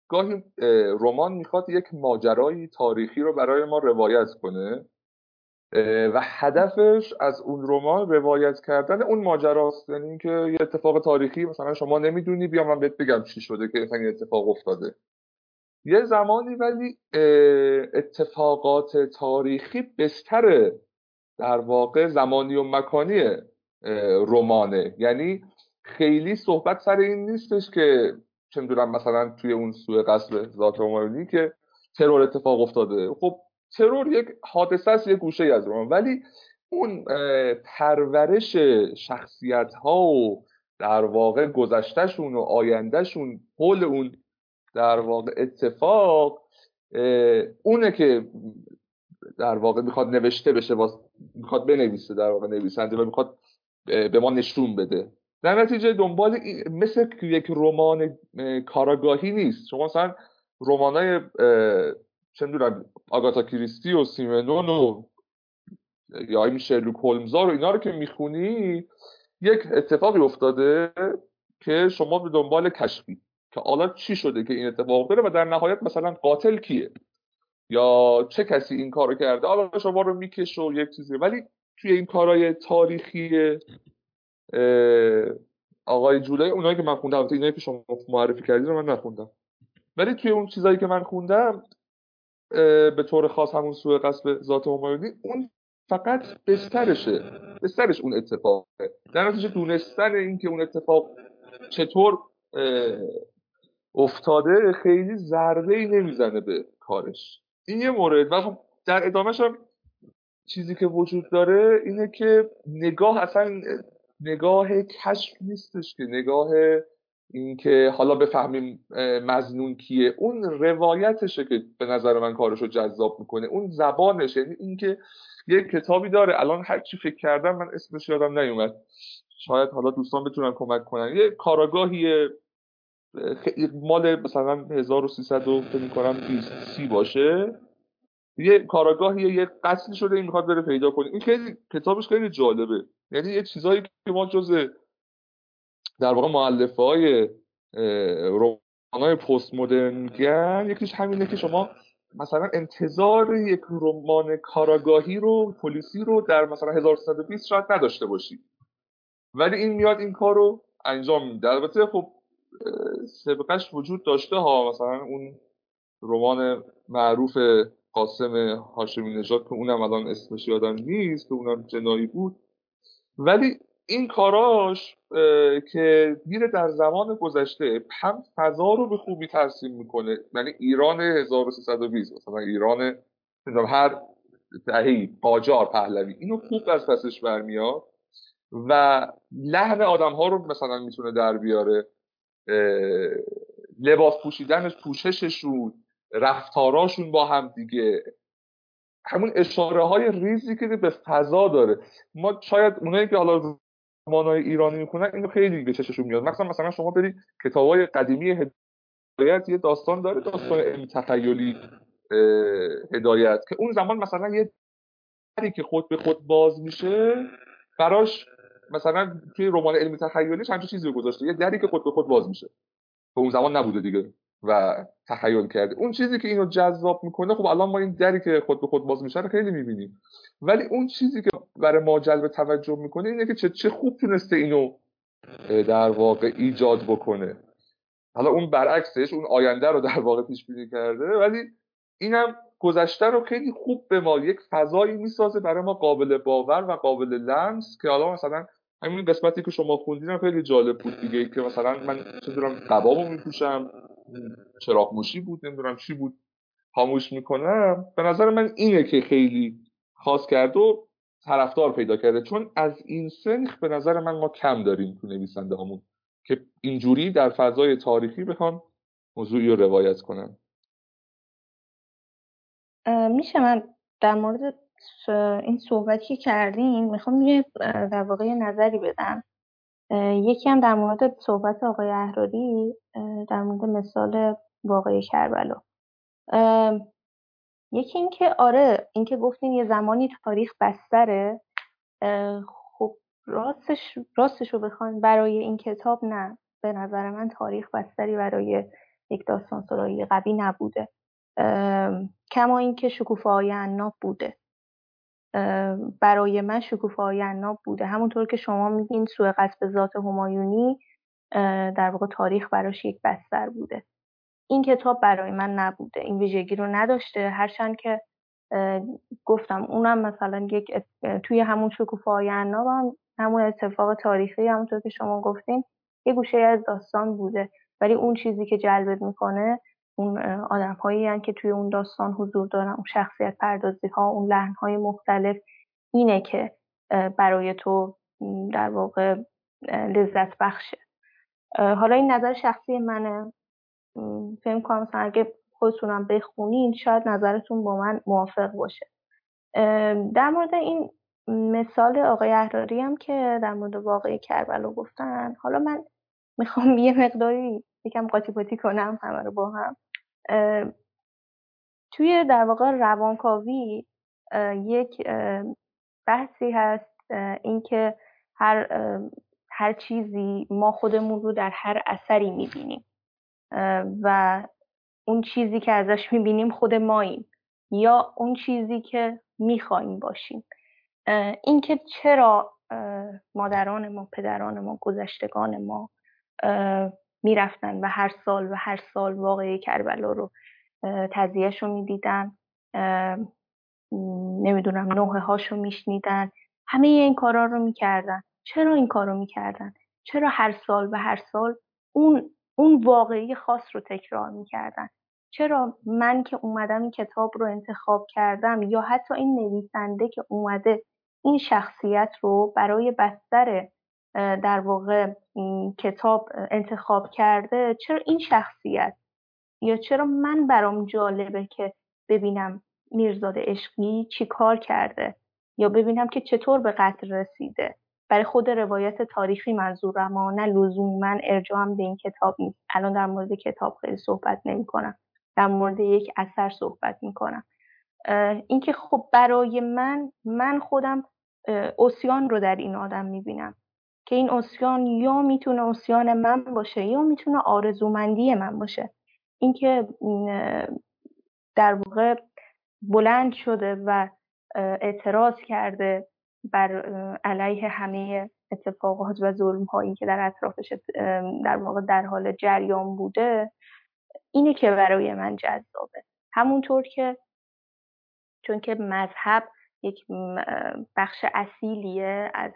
S3: گاهی رمان میخواد یک ماجرای تاریخی رو برای ما روایت کنه و هدفش از اون رمان روایت کردن اون ماجراست. یعنی اینکه یه اتفاق تاریخی مثلا شما نمیدونی، بیا من بهت بگم چی شده که این اتفاق افتاده. یه زمانی ولی اتفاقات تاریخی بستر در واقع زمانی و مکانی رمانه. یعنی خیلی صحبت سر این نیستش که چه می‌دونم مثلا توی اون سوء قصد ذات همایونی که ترور اتفاق افتاده، خب ترور یک حادثه است، یک گوشه از رمان، ولی اون پرورش شخصیت ها و در واقع گذشتهشون و آیندهشون حول اون در واقع اتفاق اونه که در واقع میخواد نوشته بشه، میخواد بنویسه، در واقع نویسنده و میخواد به ما نشون بده. در نتیجه دنبال این مثل یک رمان کاراگاهی نیست. شما مثلا رمانای چه میدونم آگاتا کریستی و سیمنون و یا این شرلوک هولمزا رو اینا رو که میخونی، یک اتفاقی افتاده که شما به دنبال کشفی که حالا چی شده که این اتفاق افتاده و در نهایت مثلا قاتل کیه یا چه کسی این کارو کرده، حالا شما رو میکشه و یک چیزی. ولی توی این کارهای تاریخی آقای جولای، اونایی که من خوندم، البته اینایی که شما معرفی کردید رو من نخوندم، ولی توی اون چیزایی که من خوندم به طور خاص همون سوء قصد ذات همایونی، اون فقط بسترشه، بسترش اون اتفاقه. در نتیجه دونستن این که اون اتفاق چطور افتاده خیلی ضربه‌ای نمیزنه به کارش. این یه مورد. و در ادامهش هم چیزی که وجود داره اینه که نگاه اصلا نگاه کشف نیستش، که نگاه این که حالا بفهمیم مظنون کیه، اون روایتشه که به نظر من کارشو جذاب میکنه، اون زبانش. یعنی این که یک کتابی داره، الان هر چی فکر کردم من اسمش یادم نیومد، شاید حالا دوستان بتونن کمک کنن، یه کاراگاهی مال مثلا هزار و سیصد و فکر می‌کنم بیست سی باشه، یه کاراگاهی یه قتل شده، این میخواد بره پیدا کنه. این خیلی کتابش خیلی جالبه. یعنی یه چیزایی که ما جز در واقع مؤلفه‌های رمان‌های پست مدرن میگن، یکیش همینه که شما مثلا انتظار یک رمان کاراگاهی رو، پلیسی رو در مثلا هزار و سیصد و بیست شاید نداشته باشی، ولی این میاد این کارو انجام میده. البته خب سابقش وجود داشته ها، مثلا اون رمان معروف قاسم هاشمی نژاد که اونم الان اسمش یادم نیست، که اونم جنایی بود، ولی این کاراش که میره در زمان گذشته، هم فضا رو به خوبی ترسیم میکنه. یعنی ایران هزار و سیصد و بیست، مثلا ایران هر دهه قاجار پهلوی، اینو خوب از پسش برمیاد و لحن آدم ها رو مثلا میتونه در بیاره، لباس پوشیدنش، پوشششون، رفتاراشون با هم دیگه، همون اشاره های ریزی که به فضا داره. ما شاید اونایی که حالا رمانای ایرانی میکنن اینو خیلی به چششون میاد. مثلا مثلا شما برید کتابای قدیمی هدایت، یه داستان داره، داستان علمی تخیلی هدایت، که اون زمان مثلا یه دری که خود به خود باز میشه براش، مثلا توی رمان علمی تخیلیش همچین چیزی رو گذاشته، یه دری که خود به خود باز میشه، که اون زمان نبوده دیگه و تخیل کرده. اون چیزی که اینو جذاب میکنه، خب الان ما این دری که خود به خود باز میشه رو خیلی میبینیم، ولی اون چیزی که برای ما جلب توجه میکنه اینه که چه چه خوب تونسته اینو در واقع ایجاد بکنه. حالا اون برعکسش، اون آینده رو در واقع پیش بینی کرده، ولی اینم گذشته رو خیلی خوب به ما یک فضایی میسازه برای ما قابل باور و قابل لمس، که حالا مثلا همین قسمتی که شما خوندین خیلی جالب بود دیگه، که مثلا من چه دونم قبابو میپوشم، چراغ موشی بود، نمیدونم چی بود، خاموش میکنم. به نظر من اینه که خیلی خاص کرد و طرفدار پیدا کرده، چون از این سنخ به نظر من ما کم داریم تو نویسنده همون که اینجوری در فضای تاریخی بخوان موضوعی رو روایت کنن.
S1: میشه من در مورد این صحبتی کردیم میخوام یه در واقع نظری بدم. یکی هم در مورد صحبت آقای احراری در مورد مثال واقعی کربلا. یکی این که آره، این که گفتین یه زمانی تاریخ بستره، خب راستش راستش رو بخواین برای این کتاب نه، به نظر من تاریخ بستری برای یک داستان سرایی قوی نبوده، کما اینکه شکوفه‌های عناب بوده. برای من شکوفه‌های عناب بوده. همونطور که شما میگین سوء قصد به ذات همایونی در واقع تاریخ براش یک بستر بوده. این کتاب برای من نبوده، این ویژگی رو نداشته، هرچند که گفتم اونم مثلا یک توی همون شکوفه‌های عناب هم همون اتفاق تاریخی همونطور که شما گفتین یه گوشه از داستان بوده، ولی اون چیزی که جلبت میکنه اون آدم‌هایی هستن که توی اون داستان حضور دارن، اون شخصیت پردازی‌ها، اون لحن‌های مختلف، اینه که برای تو در واقع لذت بخشه. حالا این نظر شخصی منه، فکر می‌کنم مثلا اگه خودتونم بخونین شاید نظرتون با من موافق باشه. در مورد این مثال آقای احراری هم که در مورد واقعه کربلا گفتن، حالا من میخوام یه مقداری یکم قاطی پاتی کنم همه رو با هم. توی در واقع روانکاوی یک بحثی هست، این که هر هر چیزی ما خودمون رو در هر اثری میبینیم و اون چیزی که ازش میبینیم خود ماییم یا اون چیزی که میخوایم باشیم. این که چرا مادران ما، پدران ما، گذشتگان ما میرفتن و هر سال و هر سال واقعه کربلا رو تعزیه‌شو میدیدن، نمیدونم نوحه هاشو میشنیدن، همه این کارا رو میکردن. چرا این کارو میکردن؟ چرا هر سال و هر سال اون اون واقعی خاص رو تکرار میکردن؟ چرا من که اومدم این کتاب رو انتخاب کردم یا حتی این نویسنده که اومده این شخصیت رو برای بستر در واقع کتاب انتخاب کرده، چرا این شخصیت، یا چرا من برام جالبه که ببینم میرزاد عشقی چی کار کرده یا ببینم که چطور به قتل رسیده. برای خود روایت تاریخی منظورم، اما نه لزوما ارجاعم به این کتاب نیست. الان در مورد کتاب خیلی صحبت نمی کنم، در مورد یک اثر صحبت می کنم. اینکه خب برای من من خودم عصیان رو در این آدم می بینم که این عصیان یا میتونه عصیان من باشه یا میتونه آرزومندی من باشه. اینکه در واقع بلند شده و اعتراض کرده بر علیه همه اتفاقات و ظلم هایی که در اطرافش در واقع در حال جریان بوده، اینه که برای من جذابه. همونطور که چون که مذهب یک بخش اصیلیه از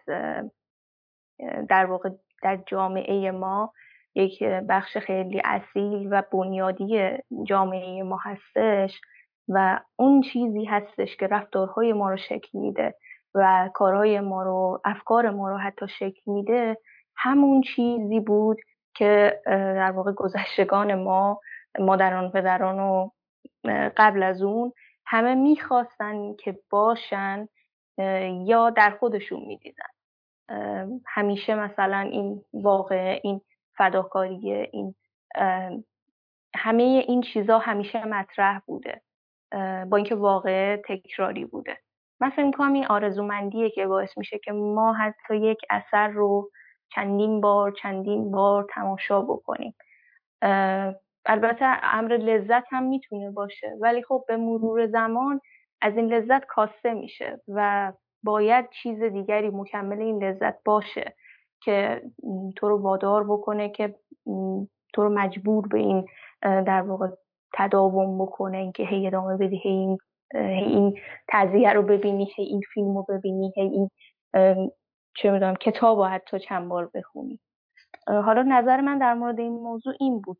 S1: در واقع در جامعه ما، یک بخش خیلی اصیل و بنیادی جامعه ما هستش و اون چیزی هستش که رفتارهای ما رو شکل میده و کارهای ما رو، افکار ما رو حتی شکل میده، همون چیزی بود که در واقع گذشتگان ما، مادران پدران و قبل از اون همه میخواستن که باشن یا در خودشون میدیدن. همیشه مثلا این واقع، این فداکاری، این همه این چیزا همیشه مطرح بوده، با اینکه واقع تکراری بوده. من فکر می‌کنم این آرزومندیه که باعث میشه که ما حتی یک اثر رو چندین بار چندین بار تماشا بکنیم. البته امر لذت هم میتونه باشه، ولی خب به مرور زمان از این لذت کاسته میشه و باید چیز دیگری مکمل این لذت باشه که تو رو وادار بکنه، که تو رو مجبور به این در واقع تداوم بکنه، اینکه هی ادامه بدی، هی این هی این تعزیه رو ببینی، هی این فیلم رو ببینی، هی این چه میدونم کتاب رو حتی چند بار بخونی. حالا نظر من در مورد این موضوع این بود.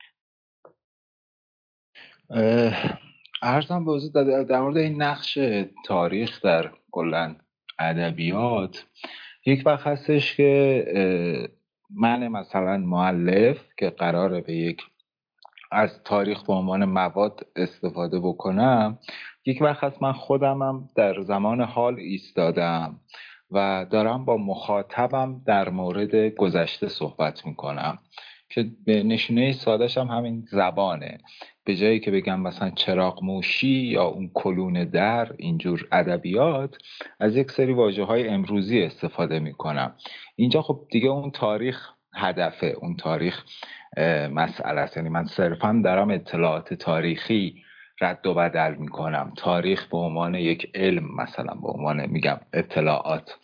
S2: عرضم به حضور در مورد این نقش تاریخ در کلا ادبیات، یک وقت هستش که من مثلا مؤلف که قراره به یک از تاریخ به عنوان مواد استفاده بکنم، یک وقت هست من خودمم در زمان حال ایستادم و دارم با مخاطبم در مورد گذشته صحبت میکنم که به نشونه ساده‌ش هم همین زبانه. به جایی که بگم مثلا چراغ موشی یا اون کلون در، اینجور ادبیات، از یک سری واژه‌های امروزی استفاده میکنم. اینجا خب دیگه اون تاریخ هدفه، اون تاریخ مسئله است. یعنی من صرفا دارم اطلاعات تاریخی رد و بدل میکنم، تاریخ به عنوان یک علم، مثلا به عنوان میگم اطلاعات.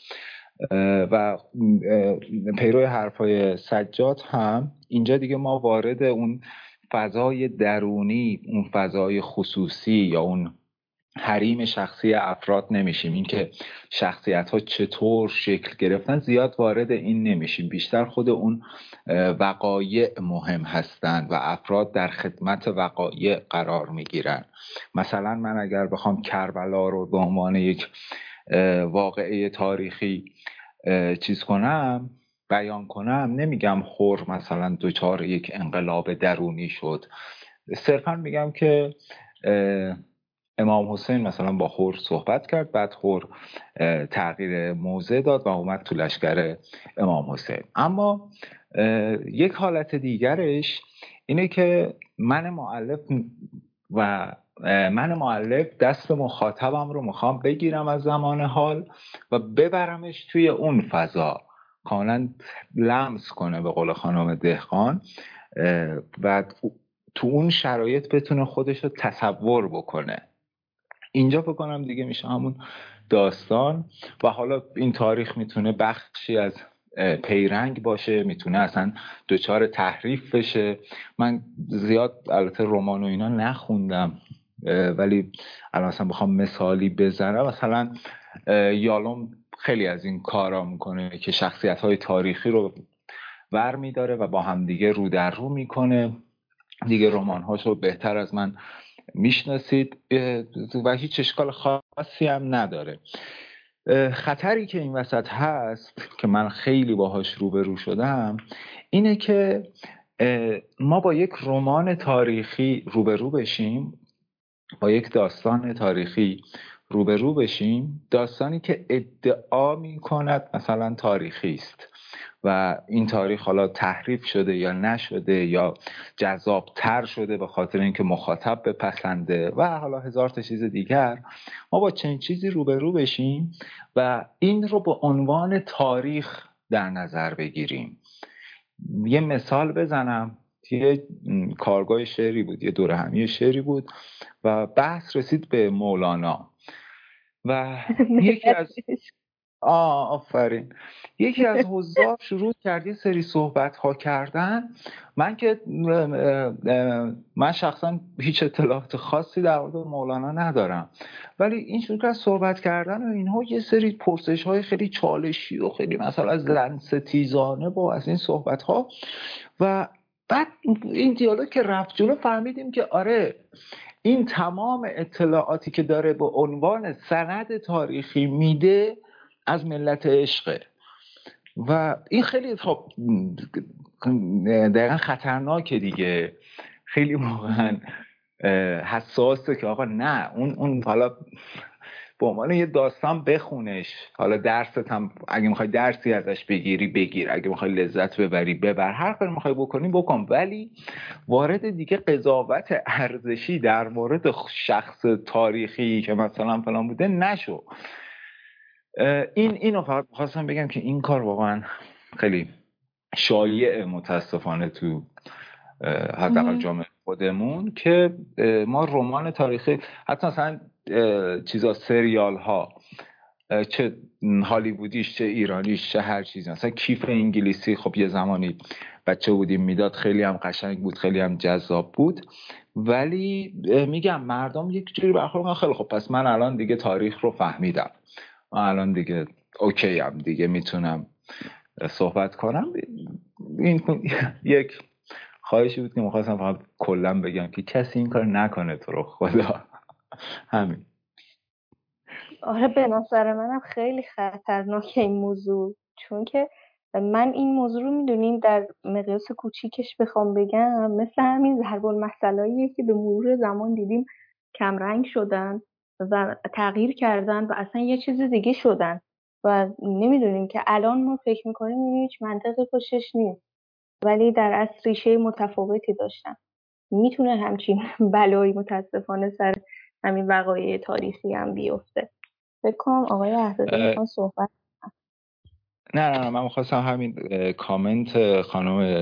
S2: و پیرو حرفای سجاد هم اینجا دیگه ما وارد اون فضای درونی، اون فضای خصوصی یا اون حریم شخصی افراد نمیشیم. این که شخصیت ها چطور شکل گرفتن زیاد وارد این نمیشیم، بیشتر خود اون وقایع مهم هستند و افراد در خدمت وقایع قرار میگیرن. مثلا من اگر بخوام کربلا رو به عنوان یک واقعه تاریخی چیز کنم، بیان کنم، نمیگم خور مثلا دوچار یک انقلاب درونی شد، صرفا میگم که امام حسین مثلا با خور صحبت کرد، بعد خور تغییر موضع داد و اومد تو لشکر امام حسین. اما یک حالت دیگرش اینه که من مؤلف و من مؤلف دست مخاطبم رو میخوام بگیرم از زمان حال و ببرمش توی اون فضا، کاملا لمس کنه به قول خانم دهقان، و تو اون شرایط بتونه خودش رو تصور بکنه. اینجا فکر کنم دیگه میشه همون داستان. و حالا این تاریخ میتونه بخشی از پیرنگ باشه، میتونه اصلا دوچار تحریف بشه. من زیاد البته رمان و اینا نخوندم، ولی الان مثلا بخوام مثالی بزنم، مثلا یالوم خیلی از این کارا میکنه که شخصیت های تاریخی رو ور میداره و با هم دیگه رو در رو میکنه. دیگه رمان هاشو بهتر از من میشناسید و هیچ اشکال خاصی هم نداره. خطری که این وسط هست که من خیلی باهاش روبرو شدم اینه که ما با یک رمان تاریخی روبرو بشیم، با یک داستان تاریخی روبرو بشیم، داستانی که ادعا میکند مثلا تاریخی است و این تاریخ حالا تحریف شده یا نشده یا جذابتر شده به خاطر اینکه مخاطب بپسنده و حالا هزار تا چیز دیگر. ما با چنین چیزی روبرو بشیم و این رو به عنوان تاریخ در نظر بگیریم. یه مثال بزنم، یه کارگاه شعری بود، یه دوره همی شعری بود و بحث رسید به مولانا و یکی از آه آفرین یکی از حضار شروع کرد یه سری صحبت ها کردن. من که من شخصا هیچ اطلاعات خاصی در مورد مولانا ندارم، ولی این شروع کرد صحبت کردن و اینها یه سری پرسش های خیلی چالشی و خیلی مثلا زنستیزانه با از این صحبت ها. و بعد این دیالوگ که رفت جلو فهمیدیم که آره این تمام اطلاعاتی که داره به عنوان سند تاریخی میده از ملت عشقه و این خیلی خب دقیقا خطرناکه دیگه، خیلی واقعا حساسه که آقا نه اون اون حالا به عنوان یه داستان بخونش، حالا درست هم اگه میخوای درسی ازش بگیری بگیر، اگه میخوای لذت ببری ببر، هر کاری میخوای بکنی بکن، ولی وارد دیگه قضاوت ارزشی در مورد شخص تاریخی که مثلا فلان بوده نشو. این اینو فقط خواستم بگم که این کار واقعا خیلی شایع متاسفانه تو حداقل جامعه خودمون که ما رمان تاریخی، حتی مثلا چیزا سریال ها، چه هالیوودیش چه ایرانیش چه هر چیزی، مثلا کیف انگلیسی خب یه زمانی بچه بودیم میداد، خیلی هم قشنگ بود، خیلی هم جذاب بود، ولی میگم مردم یک جوری برخورد کردن خیلی خب پس من الان دیگه تاریخ رو فهمیدم، من الان دیگه اوکی ام دیگه میتونم صحبت کنم. این یک خواهشی بود که می‌خواستم فقط کلا بگم که کسی این کار نکنه تو رو خدا. همین.
S1: آره به نظر منم خیلی خطرناکه این موضوع، چون که من این موضوع رو میدونین در مقیاس کوچیکش بخوام بگم مثل همین ضرب المثلاییه که به مرور زمان دیدیم کمرنگ شدن و تغییر کردن و اصلا یه چیز دیگه شدن و نمیدونیم که الان ما فکر میکنیم هیچ منطقی پشتش نیست، ولی در اصل ریشه متفاوتی داشتن. میتونه همچین بلایی متاسفانه سر همین وقایع تاریخی هم بیفته. فکر کنم آقای احزادی میخوان صحبت.
S2: نه نه نه من میخواستم همین کامنت خانم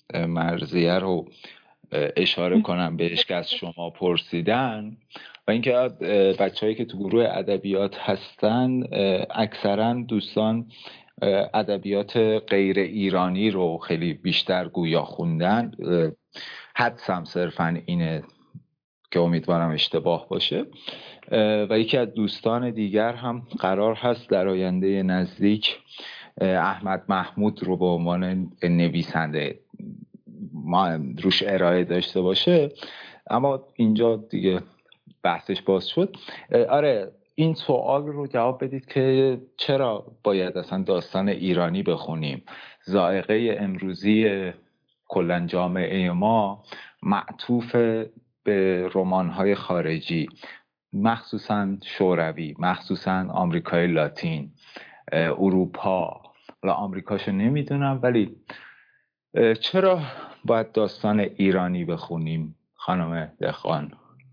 S2: مرضیه رو اشاره کنم بهش که از شما پرسیدن و اینکه بچه‌هایی که تو گروه ادبیات هستن اکثرا دوستان ادبیات غیر ایرانی رو خیلی بیشتر گویا خوندن. حدسم صرفا اینه که امیدوارم اشتباه باشه. و یکی از دوستان دیگر هم قرار هست در آینده نزدیک احمد محمود رو به عنوان نویسنده ما روش ارائه داشته باشه، اما اینجا دیگه بحثش باز شد. آره، این سوال رو جواب بدید که چرا باید اصلا داستان ایرانی بخونیم. ذائقه امروزی کلن جامعه ما معطوف به رمان‌های خارجی، مخصوصا شوروی، مخصوصا آمریکای لاتین، اروپا. حالا آمریکاشو نمیدونم، ولی چرا باید داستان ایرانی بخونیم خانم دهقان؟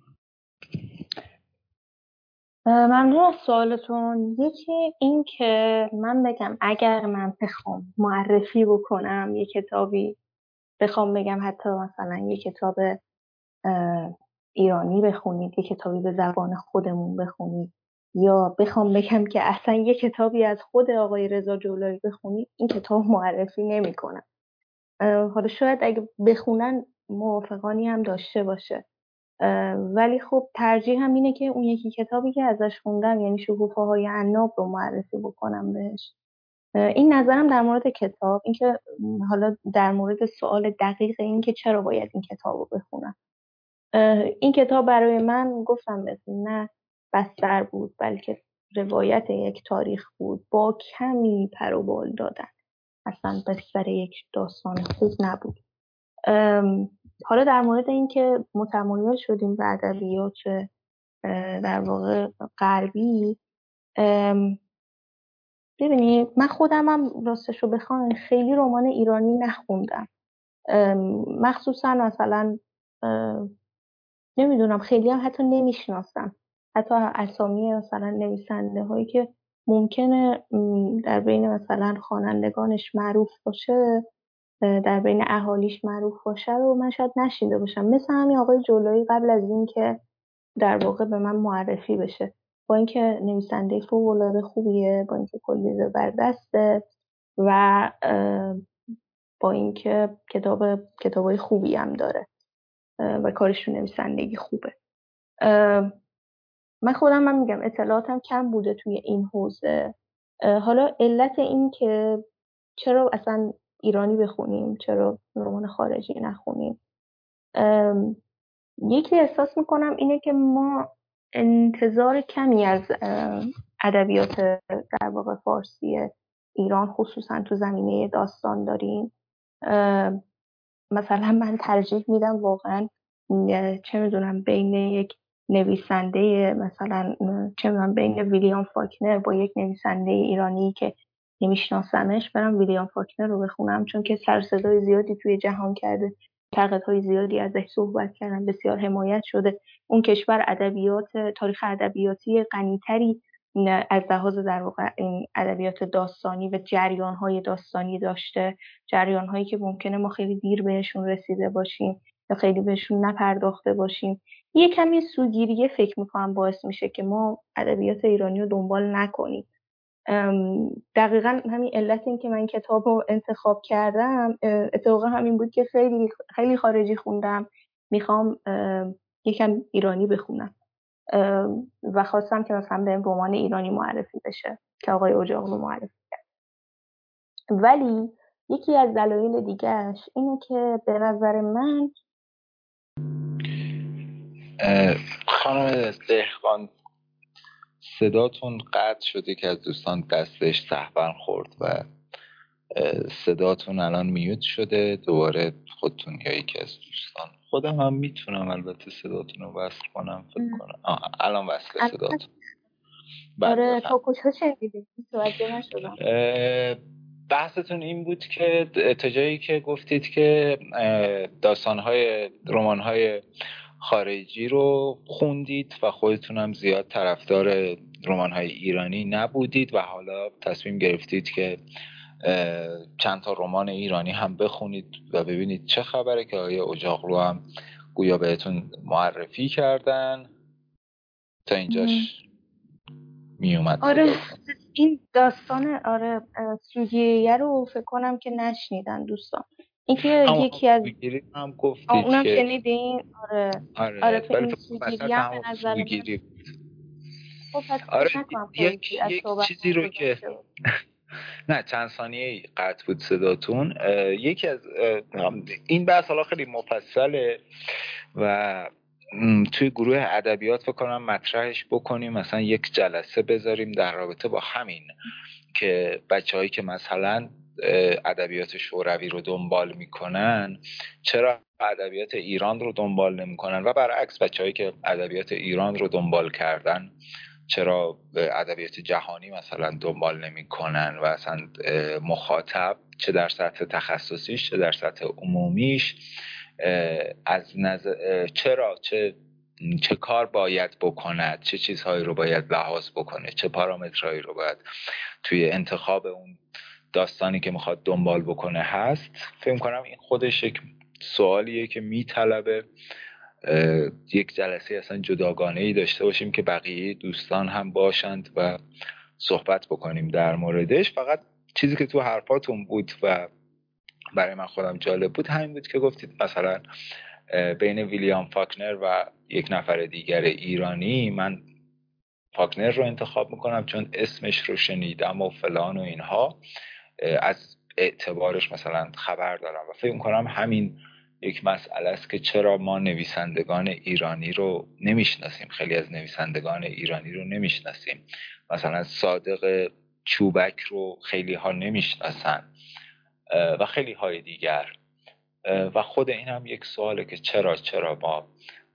S1: ممنون از سوالتون. یکی این که من بگم اگر من بخوام معرفی بکنم یه کتابی، بخوام بگم حتی مثلا یه کتاب ایرانی بخونید، یه کتابی به زبان خودمون بخونید، یا بخوام بگم که اصلا یه کتابی از خود آقای رضا جولایی بخونید، این کتاب معرفی نمی‌کنم. حالا شاید اگه بخونن موافقانی هم داشته باشه، ولی خب ترجیح هم اینه که اون یکی کتابی که ازش خوندم، یعنی شکوفه‌های عناب، رو معرفی بکنم بهش. این نظرم در مورد کتاب. این که حالا در مورد سوال دقیق این که چرا باید این کتاب رو بخونم، این کتاب برای من، گفتم بهتون، نه بستر بود بلکه روایت یک تاریخ بود با کمی پر و بال دادن، اصلا بستر یک داستان خوب نبود. حالا در مورد این که متمایل شدیم به ادبیات در واقع غربی، ببینید من خودم هم راستش رو بخوام خیلی رمان ایرانی نخوندم، مخصوصا مثلا نمیدونم خیلی هم حتی نمیشناسم حتی اسامی مثلا نویسنده هایی که ممکنه در بین مثلا خوانندگانش معروف باشه، در بین اهالیش معروف باشه رو من شاید نشیده باشم، مثل همین آقای جولایی قبل از این که در واقع به من معرفی بشه، با اینکه نویسنده فوق‌العاده خوبیه، با اینکه کلی زبردسته و با اینکه کتاب کتابای خوبی هم داره و کارشون نویسندگی خوبه. من خودم من میگم اطلاعاتم کم بوده توی این حوزه. حالا علت این که چرا اصلا ایرانی بخونیم، چرا رمان خارجی نخونیم، یکی احساس میکنم اینه که ما انتظار کمی از ادبیات در واقع فارسی ایران خصوصا تو زمینه داستان داریم. مثلا من ترجیح میدم واقعا چه میدونم بین یک نویسنده مثلا چه میدونم بین ویلیام فاکنر با یک نویسنده ایرانی که نمیشناسمش برم ویلیام فاکنر رو بخونم، چون که سر صدای زیادی توی جهان کرده، تقریدهای زیادی ازش صحبت کردن، بسیار حمایت شده. اون کشور ادبیات تاریخ ادبیاتی غنی‌تری از لحاظ در واقع این ادبیات داستانی و جریان‌های داستانی داشته، جریان‌هایی که ممکنه ما خیلی دیر بهشون رسیده باشیم یا خیلی بهشون نپرداخته باشیم. یه کمی سوگیریه فکر می‌کنم باعث میشه که ما ادبیات ایرانی رو دنبال نکنیم. دقیقاً همین علت این که من کتاب رو انتخاب کردم اتفاقا همین بود که خیلی خیلی خارجی خوندم، میخوام یکم ایرانی بخونم و خواستم که مثلا بهم رمان ایرانی معرفی بشه که آقای اجاقلو معرفی کرد. ولی یکی از دلایل دیگهش اینه که به نظر من
S2: خانم دهقان صداتون قطع شده که از دوستان دستش سهوا خورد و صداتون الان میوت شده، دوباره خودتون یا یکی از دوستان. خودم هم میتونم البته صداتون رو وصل کنم فکر کنم. آه الان وصل صداتون.
S1: آره تا کجا شنیدید؟ متوجه نشدم.
S2: بحثتون این بود که تا جایی که گفتید که داستان‌های رمان‌های خارجی رو خوندید و خودتون هم زیاد طرفدار رمان‌های ایرانی نبودید و حالا تصمیم گرفتید که چند تا رمان ایرانی هم بخونید و ببینید چه خبره که آیه اجاقلو هم گویا بهتون معرفی کردن. تا اینجاش میومد.
S1: آره این داستان آره سوگیریه رو فکر کنم که نشنیدن دوستان. اینکه یکی از
S2: سوگیری هم گفتید
S1: اونم
S2: که
S1: شنیدین؟ آره
S2: آره
S1: آره
S2: ولی
S1: فکر سوگیریه هم به نظر من خب پس
S2: آره
S1: فکر نکنم
S2: یک
S1: خیلی از
S2: یک
S1: صحبت
S2: چیزی رو که نه چند ثانیه قطع بود صداتون. یکی از این بحث حالا خیلی مفصله و توی گروه ادبیات فکر کنم مطرحش بکنیم، مثلا یک جلسه بذاریم در رابطه با همین که بچه‌هایی که مثلا ادبیات شوروی رو دنبال میکنن چرا ادبیات ایران رو دنبال نمیکنن و برعکس بچه‌هایی که ادبیات ایران رو دنبال کردن چرا ادبیات جهانی مثلا دنبال نمیکنن و اصلا مخاطب چه در سطح تخصصیش چه در سطح عمومیش از نظر چرا چه چه کار باید بکند، چه چیزهایی رو باید لحاظ بکنه، چه پارامترهایی رو باید توی انتخاب اون داستانی که میخواد دنبال بکنه هست. فکر کنم این خودش یک سوالیه که میطلبه یک جلسه اصلا جداگانه‌ای داشته باشیم که بقیه دوستان هم باشند و صحبت بکنیم در موردش. فقط چیزی که تو حرفاتون بود و برای من خودم جالب بود همین بود که گفتید مثلا بین ویلیام فاکنر و یک نفر دیگر ایرانی من فاکنر رو انتخاب میکنم چون اسمش رو شنیدم و فلان و اینها، از اعتبارش مثلا خبر دارم و فکر میکنم همین یک مسئله است که چرا ما نویسندگان ایرانی رو نمیشناسیم، خیلی از نویسندگان ایرانی رو نمیشناسیم. مثلا صادق چوبک رو خیلی ها نمیشناسن و خیلی های دیگر و خود این هم یک سواله که چرا چرا ما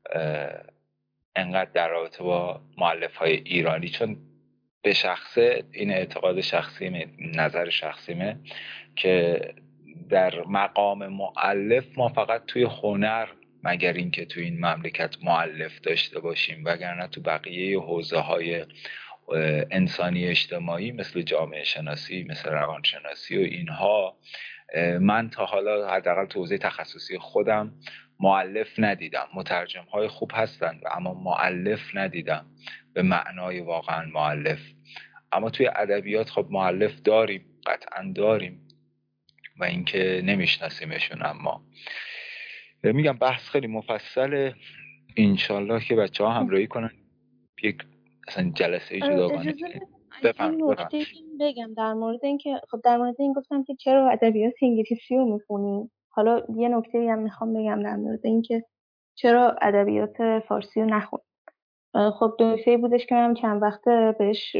S2: انقدر در رابطه با مؤلف های ایرانی، چون به شخصه این اعتقاد شخصیمه، نظر شخصیمه که در مقام مؤلف ما فقط توی هنر مگر این که توی این مملکت مؤلف داشته باشیم وگرنه تو بقیه حوزه های انسانی اجتماعی مثل جامعه شناسی مثل روانشناسی و اینها من تا حالا حداقل تو حوزه تخصصی خودم مؤلف ندیدم. مترجم های خوب هستن اما مؤلف ندیدم به معنای واقعا مؤلف. اما توی ادبیات خب مؤلف داریم، قطعا داریم و اینکه نمیشناسیمشون. اما میگم بحث خیلی مفصله، انشالله که بچه ها همراهی کنن یک اصلا جلسه جداگانه.
S1: این نکته بگم در مورد اینکه خب در مورد این گفتم که چرا ادبیات انگلیسی رو میخونیم. حالا یه نکته هم میخوام بگم در مورد اینکه چرا ادبیات فارسی رو نخونیم. خب دو نکته بودش که من چند وقته بهش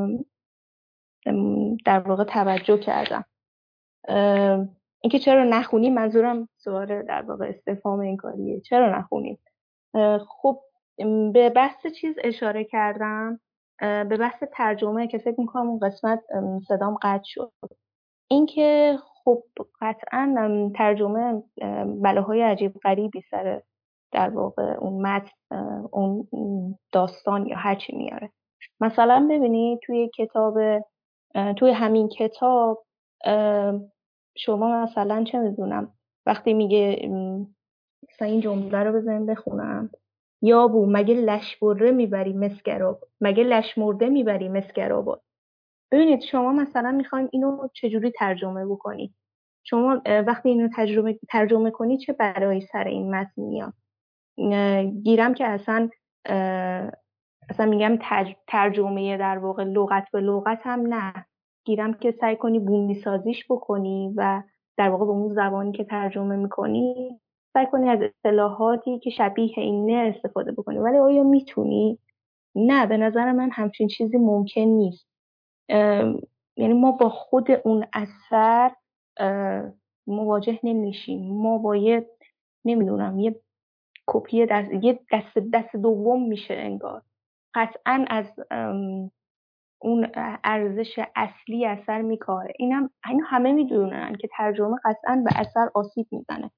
S1: در واقع توجه کردم. اینکه چرا نخونیم منظورم سوال در واقع استفهام این کاریه، چرا نخونیم. خب به بحث چیز اشاره کردم، به بحث ترجمه که فکر میکنم اون قسمت صدام قطع شد. اینکه خب قطعا ترجمه بلاهای عجیب غریبی سر در واقع اون متن، اون داستان یا هر چی میاره. مثلا ببینید توی کتاب، توی همین کتاب شما مثلا چه میدونم وقتی میگه مثلا این جمله رو بزنیم بخونم، یا بو مگه لشبره میبری مسگراب، مگه لشمرده میبری مسگراب. ببینید شما مثلا میخواین اینو چجوری ترجمه بکنید. شما وقتی اینو ترجمه ترجمه کنید چه برای سر این متن میاد. گیرم که اصلا اصلا میگم ترجمه در واقع لغت به لغت هم نه، گیرم که سعی کنی بومی سازیش بکنی و در واقع به اون زبانی که ترجمه میکنی سعی کنی از اصطلاحاتی که شبیه اینه استفاده بکنی. ولی آیا میتونی؟ نه، به نظر من همچین چیزی ممکن نیست. یعنی ما با خود اون اثر مواجه نمیشیم. ما باید نمیدونم یه کپی دست یه دست دست دوم میشه انگار. قطعاً از اون ارزش اصلی اثر میکاره. اینم اینو همه میدونن که ترجمه قطعاً به اثر آسیب میزنه.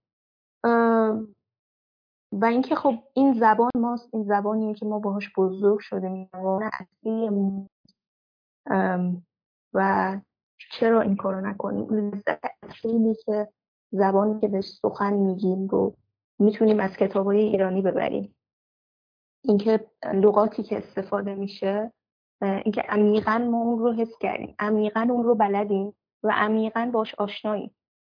S1: و اینکه خب این زبان ماست، این زبانیه که ما باهاش بزرگ شدیم، زبان اصلی و چرا این کارو نکنیم؟ لذت اصلی که زبانی که بهش سخن میگیم رو میتونیم از کتابای ایرانی ببریم. اینکه لغاتی که استفاده میشه، اینکه عمیقاً ما اون رو حس کردیم، عمیقاً اون رو بلدیم و عمیقاً باش آشناییم.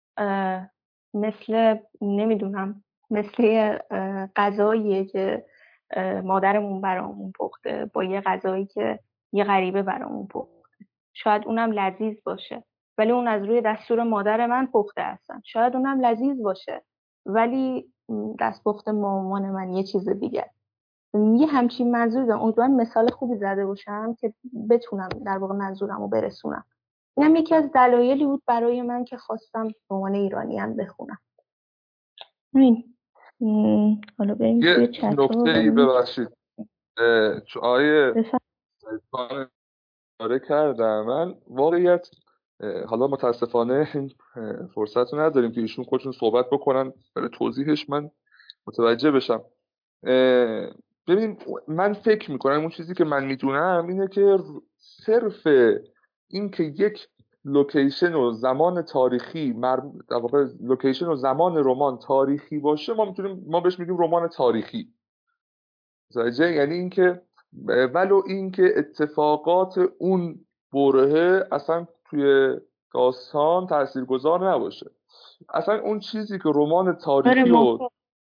S1: مثل نمیدونم مثل غذاییه که مادرمون برامون پخته با یه غذایی که یه غریبه برامون پخته. شاید اونم لذیذ باشه ولی اون از روی دستور مادر من پخته هستن. شاید اونم لذیذ باشه ولی دست پخته مامان من یه چیز دیگه. یه همچین منظوری دارم. امیدوارم مثال خوبی زده باشم که بتونم در واقع منظورم رو برسونم. اینم یکی از دلایلی بود برای من که خواستم رمان ایرانی هم بخونم. این حالا بریم توی چت رو
S3: نکته ببخشید چون آیه اشاره کردم من واقعیت حالا متاسفانه فرصت رو نداریم که ایشون خودشون صحبت بکنن برای توضیحش من متوجه بشم. ببین من فکر میکنم اون چیزی که من میدونم اینه که صرف این که یک لوکیشن و زمان تاریخی مر... در واقع لوکیشن و زمان رمان تاریخی باشه ما میتونیم ما بهش میگیم رمان تاریخی. یعنی اینکه ولو اینکه اتفاقات اون برهه اصلا توی داستان تاثیرگذار نباشه، اصلا اون چیزی که رمان تاریخی رو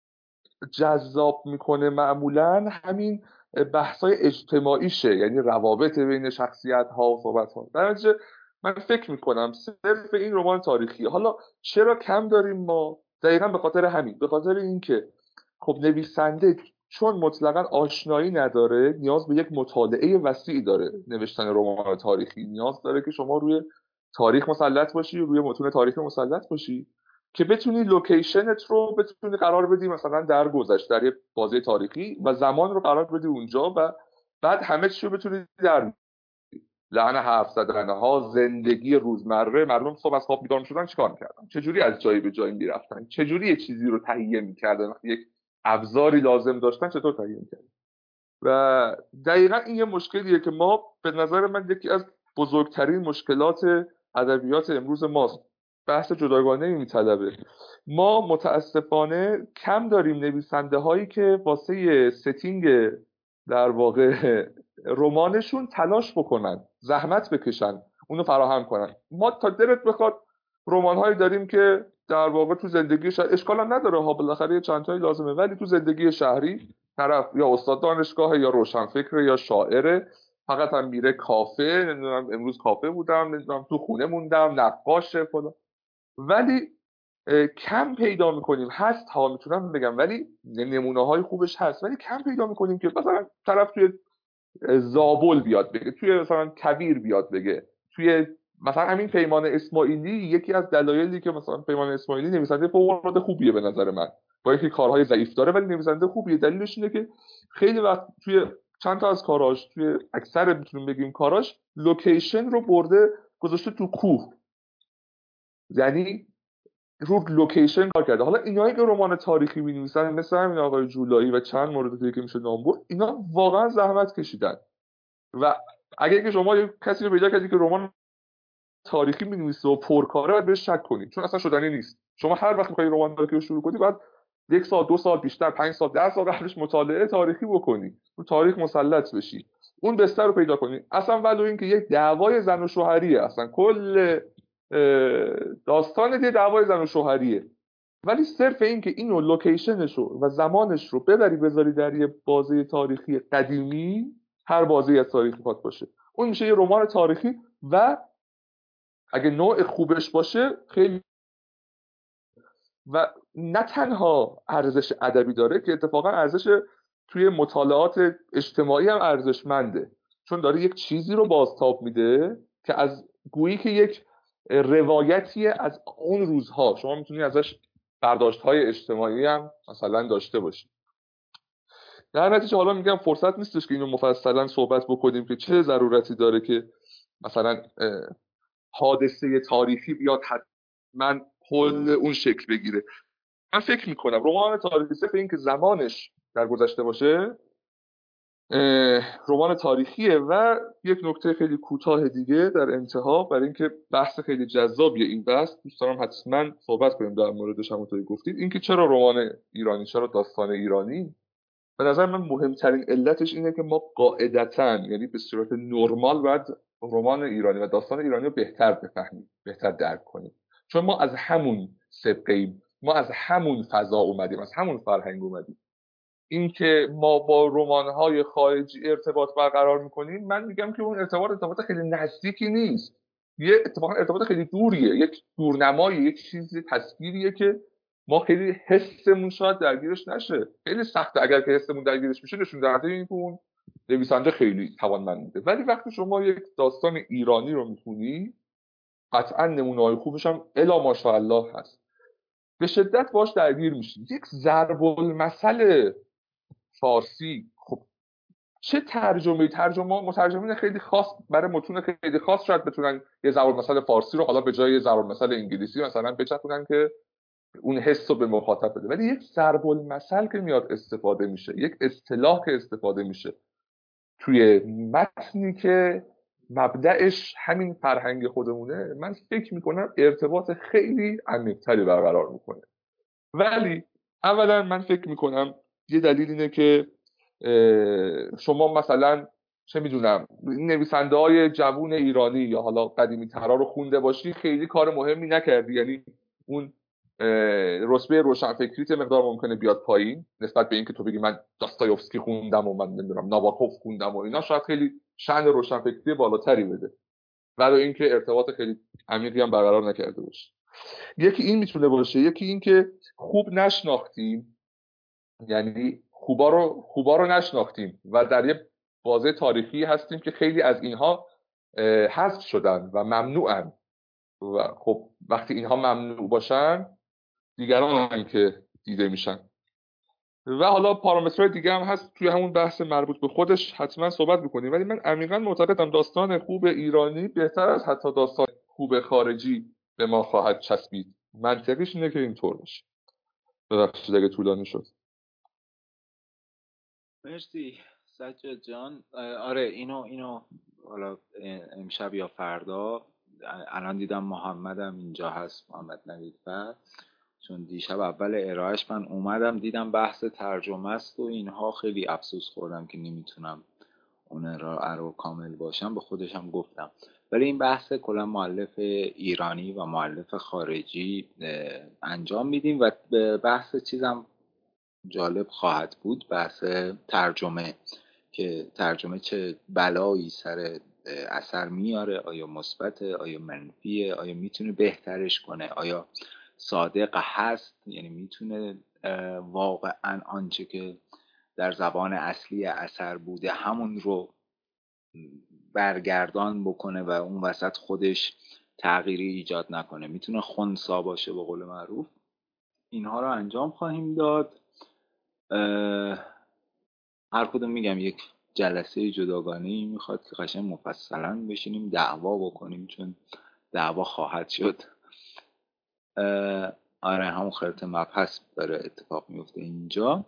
S3: جذاب میکنه معمولا همین بحثای اجتماعیشه، یعنی روابط بین شخصیت ها و صحبت ها. در نتیجه من فکر میکنم صرف این رمان تاریخی. حالا چرا کم داریم ما؟ دقیقا به خاطر همین، به خاطر اینکه خب نویسنده چون مطلقاً آشنایی نداره نیاز به یک مطالعه وسیعی داره. نوشتن رمان تاریخی نیاز داره که شما روی تاریخ مسلط باشی، روی متون تاریخی مسلط باشی که بتونی لوکیشنت رو بتونی قرار بدی مثلا در گذشته در یه بازی تاریخی و زمان رو قرار بدی اونجا و بعد همه چی رو بتونی در لحن حرف زدن ها، زندگی روزمره مردم صبح از خواب بیدار می‌شدن چیکار می‌کردن، چه جوری از جایی به جایی می‌رفتن، چه جوری یه چیزی رو تهیه می‌کردن، یک ابزاری لازم داشتن چطور تهیه می‌کردن. و دقیقاً این یه مشکلیه که ما به نظر من یکی از بزرگترین مشکلات ادبیات امروز ماست. بحث جداگانه میطلبه. ما متاسفانه کم داریم نویسنده هایی که واسه ستینگ در واقع رمانشون تلاش بکنن، زحمت بکشن، اونو فراهم کنن. ما تا دلت بخواد رمان هایی داریم که در واقع تو زندگی شهر اشکال هم نداره ها، بالاخره چند تایی لازمه، ولی تو زندگی شهری طرف یا استاد دانشگاه یا روشنفکر یا شاعره، فقط هم میره کافه، نمیدونم امروز کافه بودم، نمیدونم تو خونه موندم، نقاشه فلان، ولی کم پیدا میکنیم. هست ها میتونم بگم ولی نمونه های خوبش هست، ولی کم پیدا میکنیم که مثلا طرف توی زابل بیاد بگه، توی مثلا کویر بیاد بگه، توی مثلا همین پیمان اسماعیلی. یکی از دلایلی که مثلا پیمان اسماعیلی نویسنده فوق‌العاده خوبیه به نظر من، با اینکه کارهای ضعیف داره ولی نویسنده خوبیه، دلیلش اینه که خیلی وقت توی چند تا از کاراش، توی اکثر میتونیم بگیم کاراش، لوکیشن رو برده گذاشته تو کوه، یعنی رو لوکیشن کار کرده. حالا اینایی که رمان تاریخی می‌نویسن مثل همین آقای جولایی و چند مورد دیگه که میشه نام برد، اینا واقعا زحمت کشیدن. و اگه که شما یک کسی رو پیدا کردی که رمان تاریخی می‌نویسه و پرکاره، باید بهش شک کنید، چون اصلا شدنی نیست. شما هر وقت می‌خوای رمان تاریخی رو شروع کنی بعد یک سال، دو سال، بیشتر پنج سال، ده سال قبلش مطالعه تاریخی بکنی، رو تاریخ مسلط بشی، اون بستر رو پیدا کنی. اصلا ولو این که یک دعوای زن و شوهریه، اصلا کل داستان یه دعوای زن و شوهریه، ولی صرف این که اینو لوکیشنش رو و زمانش رو ببری بذاری در یه بازی تاریخی قدیمی، هر بازی از تاریخی پات باشه، اون میشه یه رمان تاریخی. و اگه نوع خوبش باشه خیلی، و نه تنها ارزش ادبی داره که اتفاقا ارزش توی مطالعات اجتماعی هم ارزشمنده، چون داره یک چیزی رو بازتاب میده که از گویی که یک روایتیه از اون روزها، شما میتونی ازش برداشت‌های اجتماعی هم مثلا داشته باشید. در نتیجه حالا میگم فرصت نیستش که اینو مفصلا صحبت بکنیم که چه ضرورتی داره که مثلا حادثه تاریخی بیاد حتما کل اون شکل بگیره. من فکر میکنم رمان تاریخی صرف این که زمانش در گذشته باشه رمان تاریخیه. و یک نکته خیلی کوتاه دیگه در انتها، برای اینکه بحث خیلی جذابیه این بحث، دوست دارم حتما صحبت کنیم در موردش. همونطوری گفتید اینکه چرا رمان ایرانی، چرا داستان ایرانی، به نظر من مهمترین علتش اینه که ما قاعدتاً، یعنی به صورت نرمال، باید رمان ایرانی و داستان ایرانی رو بهتر بفهمیم، بهتر درک کنیم، چون ما از همون سبقیم، ما از همون فضا اومدیم، از همون فرهنگ اومدیم. اینکه ما با رمان‌های خارجی ارتباط برقرار میکنیم، من میگم که اون ارتباط ارتباط خیلی نزدیکی نیست، یه اتفاقا ارتباط خیلی دوریه، یک دورنمایی، یک چیزی تصویریه که ما خیلی حسمون شاید درگیرش نشه. خیلی سخته اگر که حسمون درگیرش بشه، نشون دهنده این که اون نویسنده خیلی توانمنده. ولی وقتی شما یک داستان ایرانی رو میخونی، قطعا نمونه‌های خوبش هم الا ماشاءالله هست، به شدت باش درگیر میشی. یک ضرب المثل فارسی، خب چه ترجمه ترجمه مترجمین خیلی خاص برای متون خیلی خاص شاید بتونن یه ضرب المثل فارسی رو حالا به جای ضرب المثل انگلیسی مثلا بچسبونن که اون حس رو به مخاطب بده. ولی یک ضرب المثل که میاد استفاده میشه، یک اصطلاح که استفاده میشه توی متنی که مبدأش همین فرهنگ خودمونه، من فکر میکنم ارتباط خیلی عمیق‌تری برقرار میکنه. ولی اولا من فکر میکنم یه دلیل اینه که شما مثلا چه میدونم نویسنده های جوون ایرانی یا حالا قدیمی ترا رو خونده باشی، خیلی کار مهمی نکردی، یعنی اون رتبه روشنفکریت مقدار ممکنه بیاد پایین نسبت به اینکه تو بگی من داستایوفسکی خوندم و من نمیدونم ناباکوف خوندم و اینا، شاید خیلی شأن روشنفکری بالاتری بده، ولی اینکه ارتباط خیلی عمیقی هم برقرار نکرده باشه. یکی این میتونه باشه، یکی این که خوب نشناختیم، یعنی خوبا رو خوبا رو نشناختیم و در یه بازه تاریخی هستیم که خیلی از اینها حذف شدن و ممنوعن، و خب وقتی اینها ممنوع باشن دیگران هم که دیده میشن. و حالا پارامترهای دیگه هم هست توی همون بحث مربوط به خودش حتما صحبت میکنیم، ولی من عمیقا معتقدم داستان خوب ایرانی بهتر از حتی داستان خوب خارجی به ما خواهد چسبید. منطقیش اینه که اینطور باشه. ببخشید اگه طولانی شد.
S2: مرسی سجاد جان. آره اینو اینو حالا امشب یا فردا، الان دیدم محمدم اینجا هست، محمد نویدفر، چون دیشب اول ارائهش من اومدم دیدم بحث ترجمه است و اینها، خیلی افسوس خوردم که نمیتونم اون ارائه رو کامل باشم، به خودشم گفتم. ولی این بحث کلا مؤلف ایرانی و مؤلف خارجی انجام میدیم و بحث چیزم جالب خواهد بود، بحث ترجمه، که ترجمه چه بلایی سر اثر میاره، آیا مثبته، آیا منفیه، آیا میتونه بهترش کنه، آیا صادق هست، یعنی میتونه واقعا آنچه که در زبان اصلی اثر بوده همون رو برگردان بکنه و اون وسط خودش تغییری ایجاد نکنه، میتونه خنثی باشه به قول معروف. اینها رو انجام خواهیم داد. هر کدوم میگم یک جلسه جداگانه‌ای میخواد که قشنگ مفصلا بشینیم دعوا بکنیم، چون دعوا خواهد شد. آره همون خرط مبحث داره اتفاق میفته اینجا.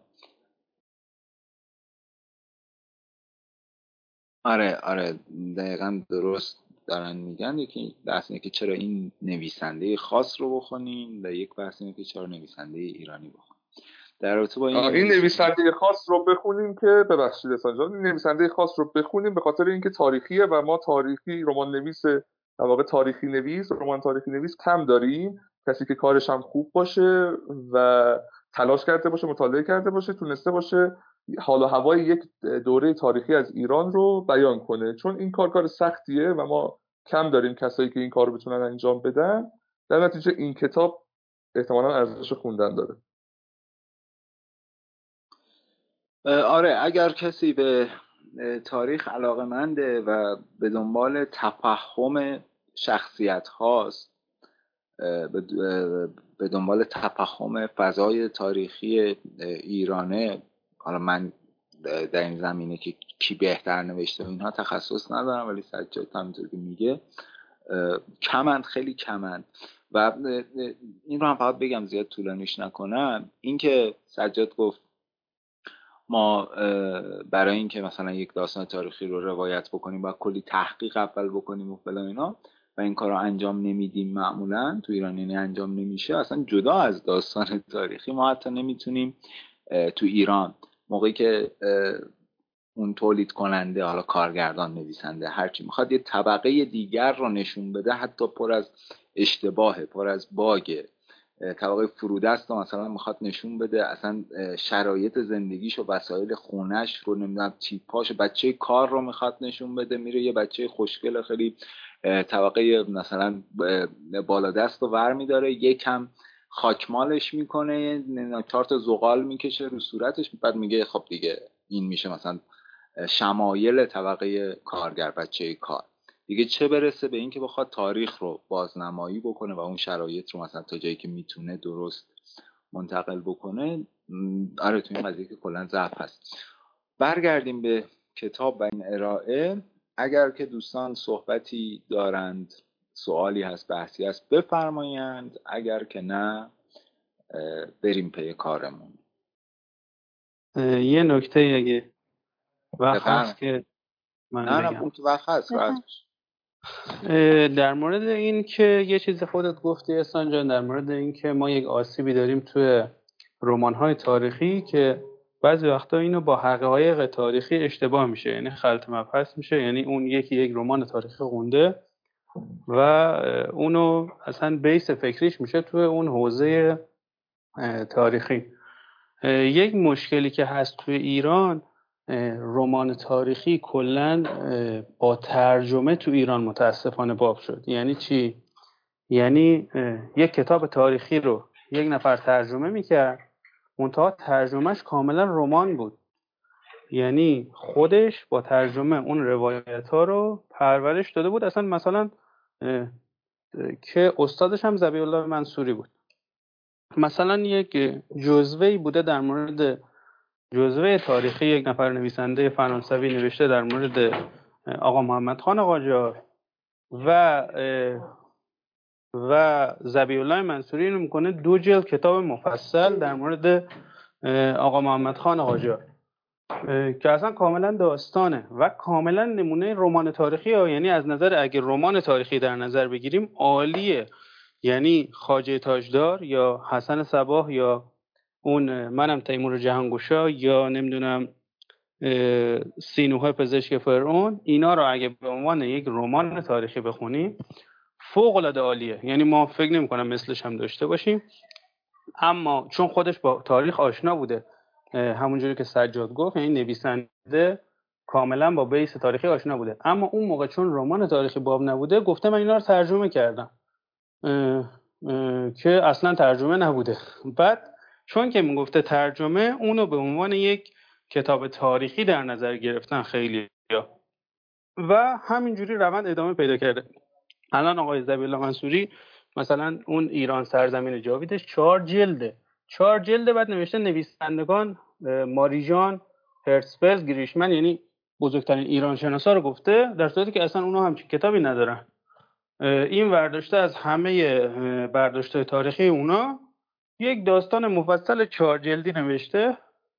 S2: آره آره دقیقا درست دارن میگن. یکی بحث اینه که چرا این نویسنده خاص رو بخونیم و یک بحث اینه که چرا نویسنده ایرانی بخونیم. در رابطه با این
S3: این نویسنده خاص رو بخونیم که ببخشید اصلا جان، این نویسنده خاص رو بخونیم به خاطر اینکه تاریخیه و ما تاریخی رمان نویس در واقع تاریخی نویس رمان تاریخی نویس کم داریم، کسی که کارش هم خوب باشه و تلاش کرده باشه، مطالعه کرده باشه، تونسته باشه حال و هوای یک دوره تاریخی از ایران رو بیان کنه، چون این کار کار سختیه و ما کم داریم کسایی که این کار رو بتونن انجام بدن. در نتیجه این کتاب احتمالاً ارزش خوندن داره.
S2: آره اگر کسی به تاریخ علاقه‌منده و به دنبال تفهم شخصیت هاست، به دنبال تفهم فضای تاریخی ایرانه، حالا من در این زمینه که کی بهتر نوشته و اینها تخصص ندارم، ولی سجاد همونطور که میگه کمند، خیلی کمند. و این رو هم فقط بگم زیاد طولانیش نکنم، این که سجاد گفت ما برای اینکه مثلا یک داستان تاریخی رو روایت بکنیم باید کلی تحقیق اول بکنیم و فلان اینا و این کار رو انجام نمیدیم. معمولا تو ایران یعنی انجام نمیشه. اصلا جدا از داستان تاریخی ما حتی نمیتونیم تو ایران موقعی که اون تولید کننده، حالا کارگردان، نویسنده، هرچی میخواد یه طبقه دیگر رو نشون بده، حتی پر از اشتباهه، پر از باگه، طبقه فرودست رو مثلا میخواد نشون بده، اصلا شرایط زندگیش و وسایل خونش رو، نمیدونم تیپاش، بچه کار رو میخواد نشون بده، میره یه بچه خوشگل خیلی طبقه مثلا بالادست رو ور میداره، یکم خاکمالش میکنه، چهار تا زغال میکشه رو صورتش، بعد میگه خب دیگه این میشه مثلا شمایل طبقه کارگر، بچه کار. دیگه چه برسه به این که بخواد تاریخ رو بازنمایی بکنه و اون شرایط رو مثلا تا جایی که میتونه درست منتقل بکنه. آره تو این قضیه که کلا ضعف هست. برگردیم به کتاب و این ارائه. اگر که دوستان صحبتی دارند، سوالی هست، بحثی هست، بفرمایند. اگر که نه بریم پی کارمون.
S4: یه نکته اگه وقت هست که من
S2: نه
S4: بگم.
S2: نه تو وقت هست راحت باش.
S4: در مورد این که یه چیز خودت گفتی احسان جان، در مورد این که ما یک آسیبی داریم توی رمان‌های تاریخی که بعضی وقتا اینو با حقایق تاریخی اشتباه میشه، یعنی خلط مبحث میشه، یعنی اون یکی یک رمان تاریخی خونده و اونو اصلا بیس فکریش میشه توی اون حوزه تاریخی. یک مشکلی که هست توی ایران، رمان تاریخی کلاً با ترجمه تو ایران متاسفانه باب شد. یعنی چی؟ یعنی یک کتاب تاریخی رو یک نفر ترجمه میکرد، منتها ترجمهش کاملا رمان بود، یعنی خودش با ترجمه اون روایت ها رو پرورش داده بود. اصلا مثلا که استادش هم ذبیح الله منصوری بود. مثلا یک جزوه‌ای بوده در مورد جزوه تاریخی یک نفر نویسنده فرانسوی نوشته در مورد آقا محمد خان قاجار و و ذبیح الله منصوری اینو میکنه دو جلد کتاب مفصل در مورد آقا محمد خان قاجار که اصلا کاملا داستانه و کاملا نمونه رمان تاریخی ها. یعنی از نظر اگه رمان تاریخی در نظر بگیریم عالیه. یعنی خواجه تاجدار یا حسن صباح یا اون منم تیمور جهانگشا یا نمیدونم سینوهای پزشک فرعون، اینا رو اگه به عنوان یک رمان تاریخی بخونیم فوق العاده عالیه. یعنی ما فکر نمی کنم مثلش هم داشته باشیم، اما چون خودش با تاریخ آشنا بوده، همونجوری که سجاد گفت، یعنی نویسنده کاملا با بیس تاریخی آشنا بوده، اما اون موقع چون رمان تاریخی باب نبوده گفته من اینا رو ترجمه کردم اه اه که اصلا ترجمه نبوده. بعد چون که میگفته ترجمه، اونو به عنوان یک کتاب تاریخی در نظر گرفتن خیلی ها و همینجوری روند ادامه پیدا کرده. الان آقای ذبیح الله منصوری مثلا اون ایران سرزمین جاویدش چهار جلده چهار جلده بعد نوشته نویسندگان ماریجان، هرتزفلد، گریشمن، یعنی بزرگترین ایران شناسا رو گفته، در صورتی که اصلا اونها همچین کتابی ندارن. این برداشته از همه برداشت‌های تاریخی اونا یک داستان مفصل چهار جلدی نوشته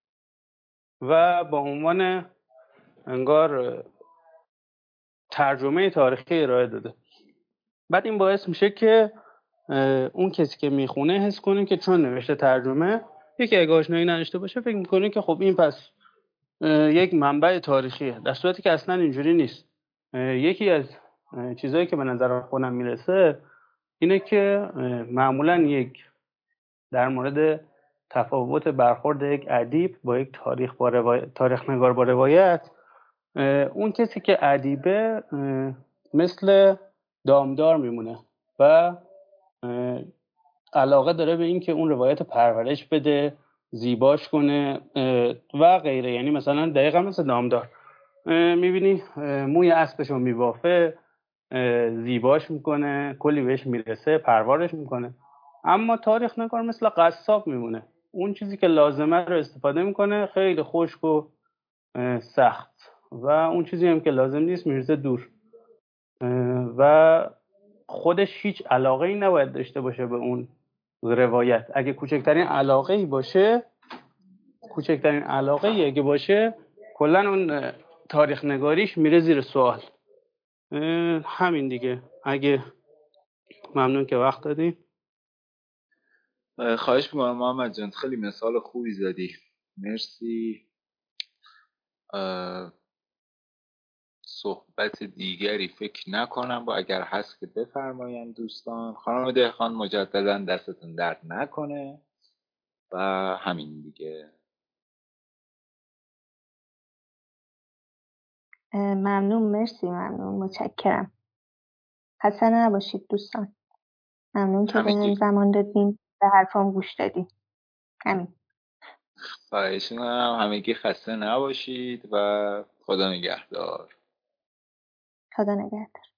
S4: و با عنوان انگار ترجمه تاریخی ارائه داده. بعد این باعث میشه که اون کسی که میخونه حس کنه که چون نوشته ترجمه، یکی اگه آشنایی نداشته باشه فکر میکنه که خب این پس یک منبع تاریخیه، در صورتی که اصلا اینجوری نیست. یکی از چیزایی که به نظر خودم میرسه اینه که معمولا یک در مورد تفاوت برخورد یک ادیب با یک تاریخ با روایت، تاریخ نگار با روایت، اون کسی که ادیبه مثل دامدار میمونه و علاقه داره به این که اون روایت پرورش بده، زیباش کنه و غیره. یعنی مثلا دقیقا مثل دامدار میبینی موی اسبشو میبافه، زیباش میکنه، کلی بهش میرسه، پرورش میکنه. اما تاریخ نگار مثل قصاب میمونه، اون چیزی که لازمه رو استفاده میکنه، خیلی خشک و سخت، و اون چیزی هم که لازم نیست میرسه دور و خودش هیچ علاقه ای نباید داشته باشه به اون روایت. اگه کوچکترین علاقه ای باشه کوچکترین علاقه ای اگه باشه کلا اون تاریخ نگاریش میره زیر سوال. همین دیگه. اگه ممنون که وقت دادی.
S2: خواهش میکنم محمد جان، خیلی مثال خوبی زدی، مرسی. صحبت دیگری فکر نکنم با اگر هست که بفرماین دوستان. خانم دهقان مجددا دستتون درد نکنه و همین دیگه.
S1: ممنون، مرسی، ممنون، متشکرم. خسته نباشید دوستان. ممنون که بهم زمان دادین، به حرفام گوش دادین. همین.
S2: خواهش می‌کنم. همگی خسته نباشید و خدا نگهدار.
S1: خدا نگهدار.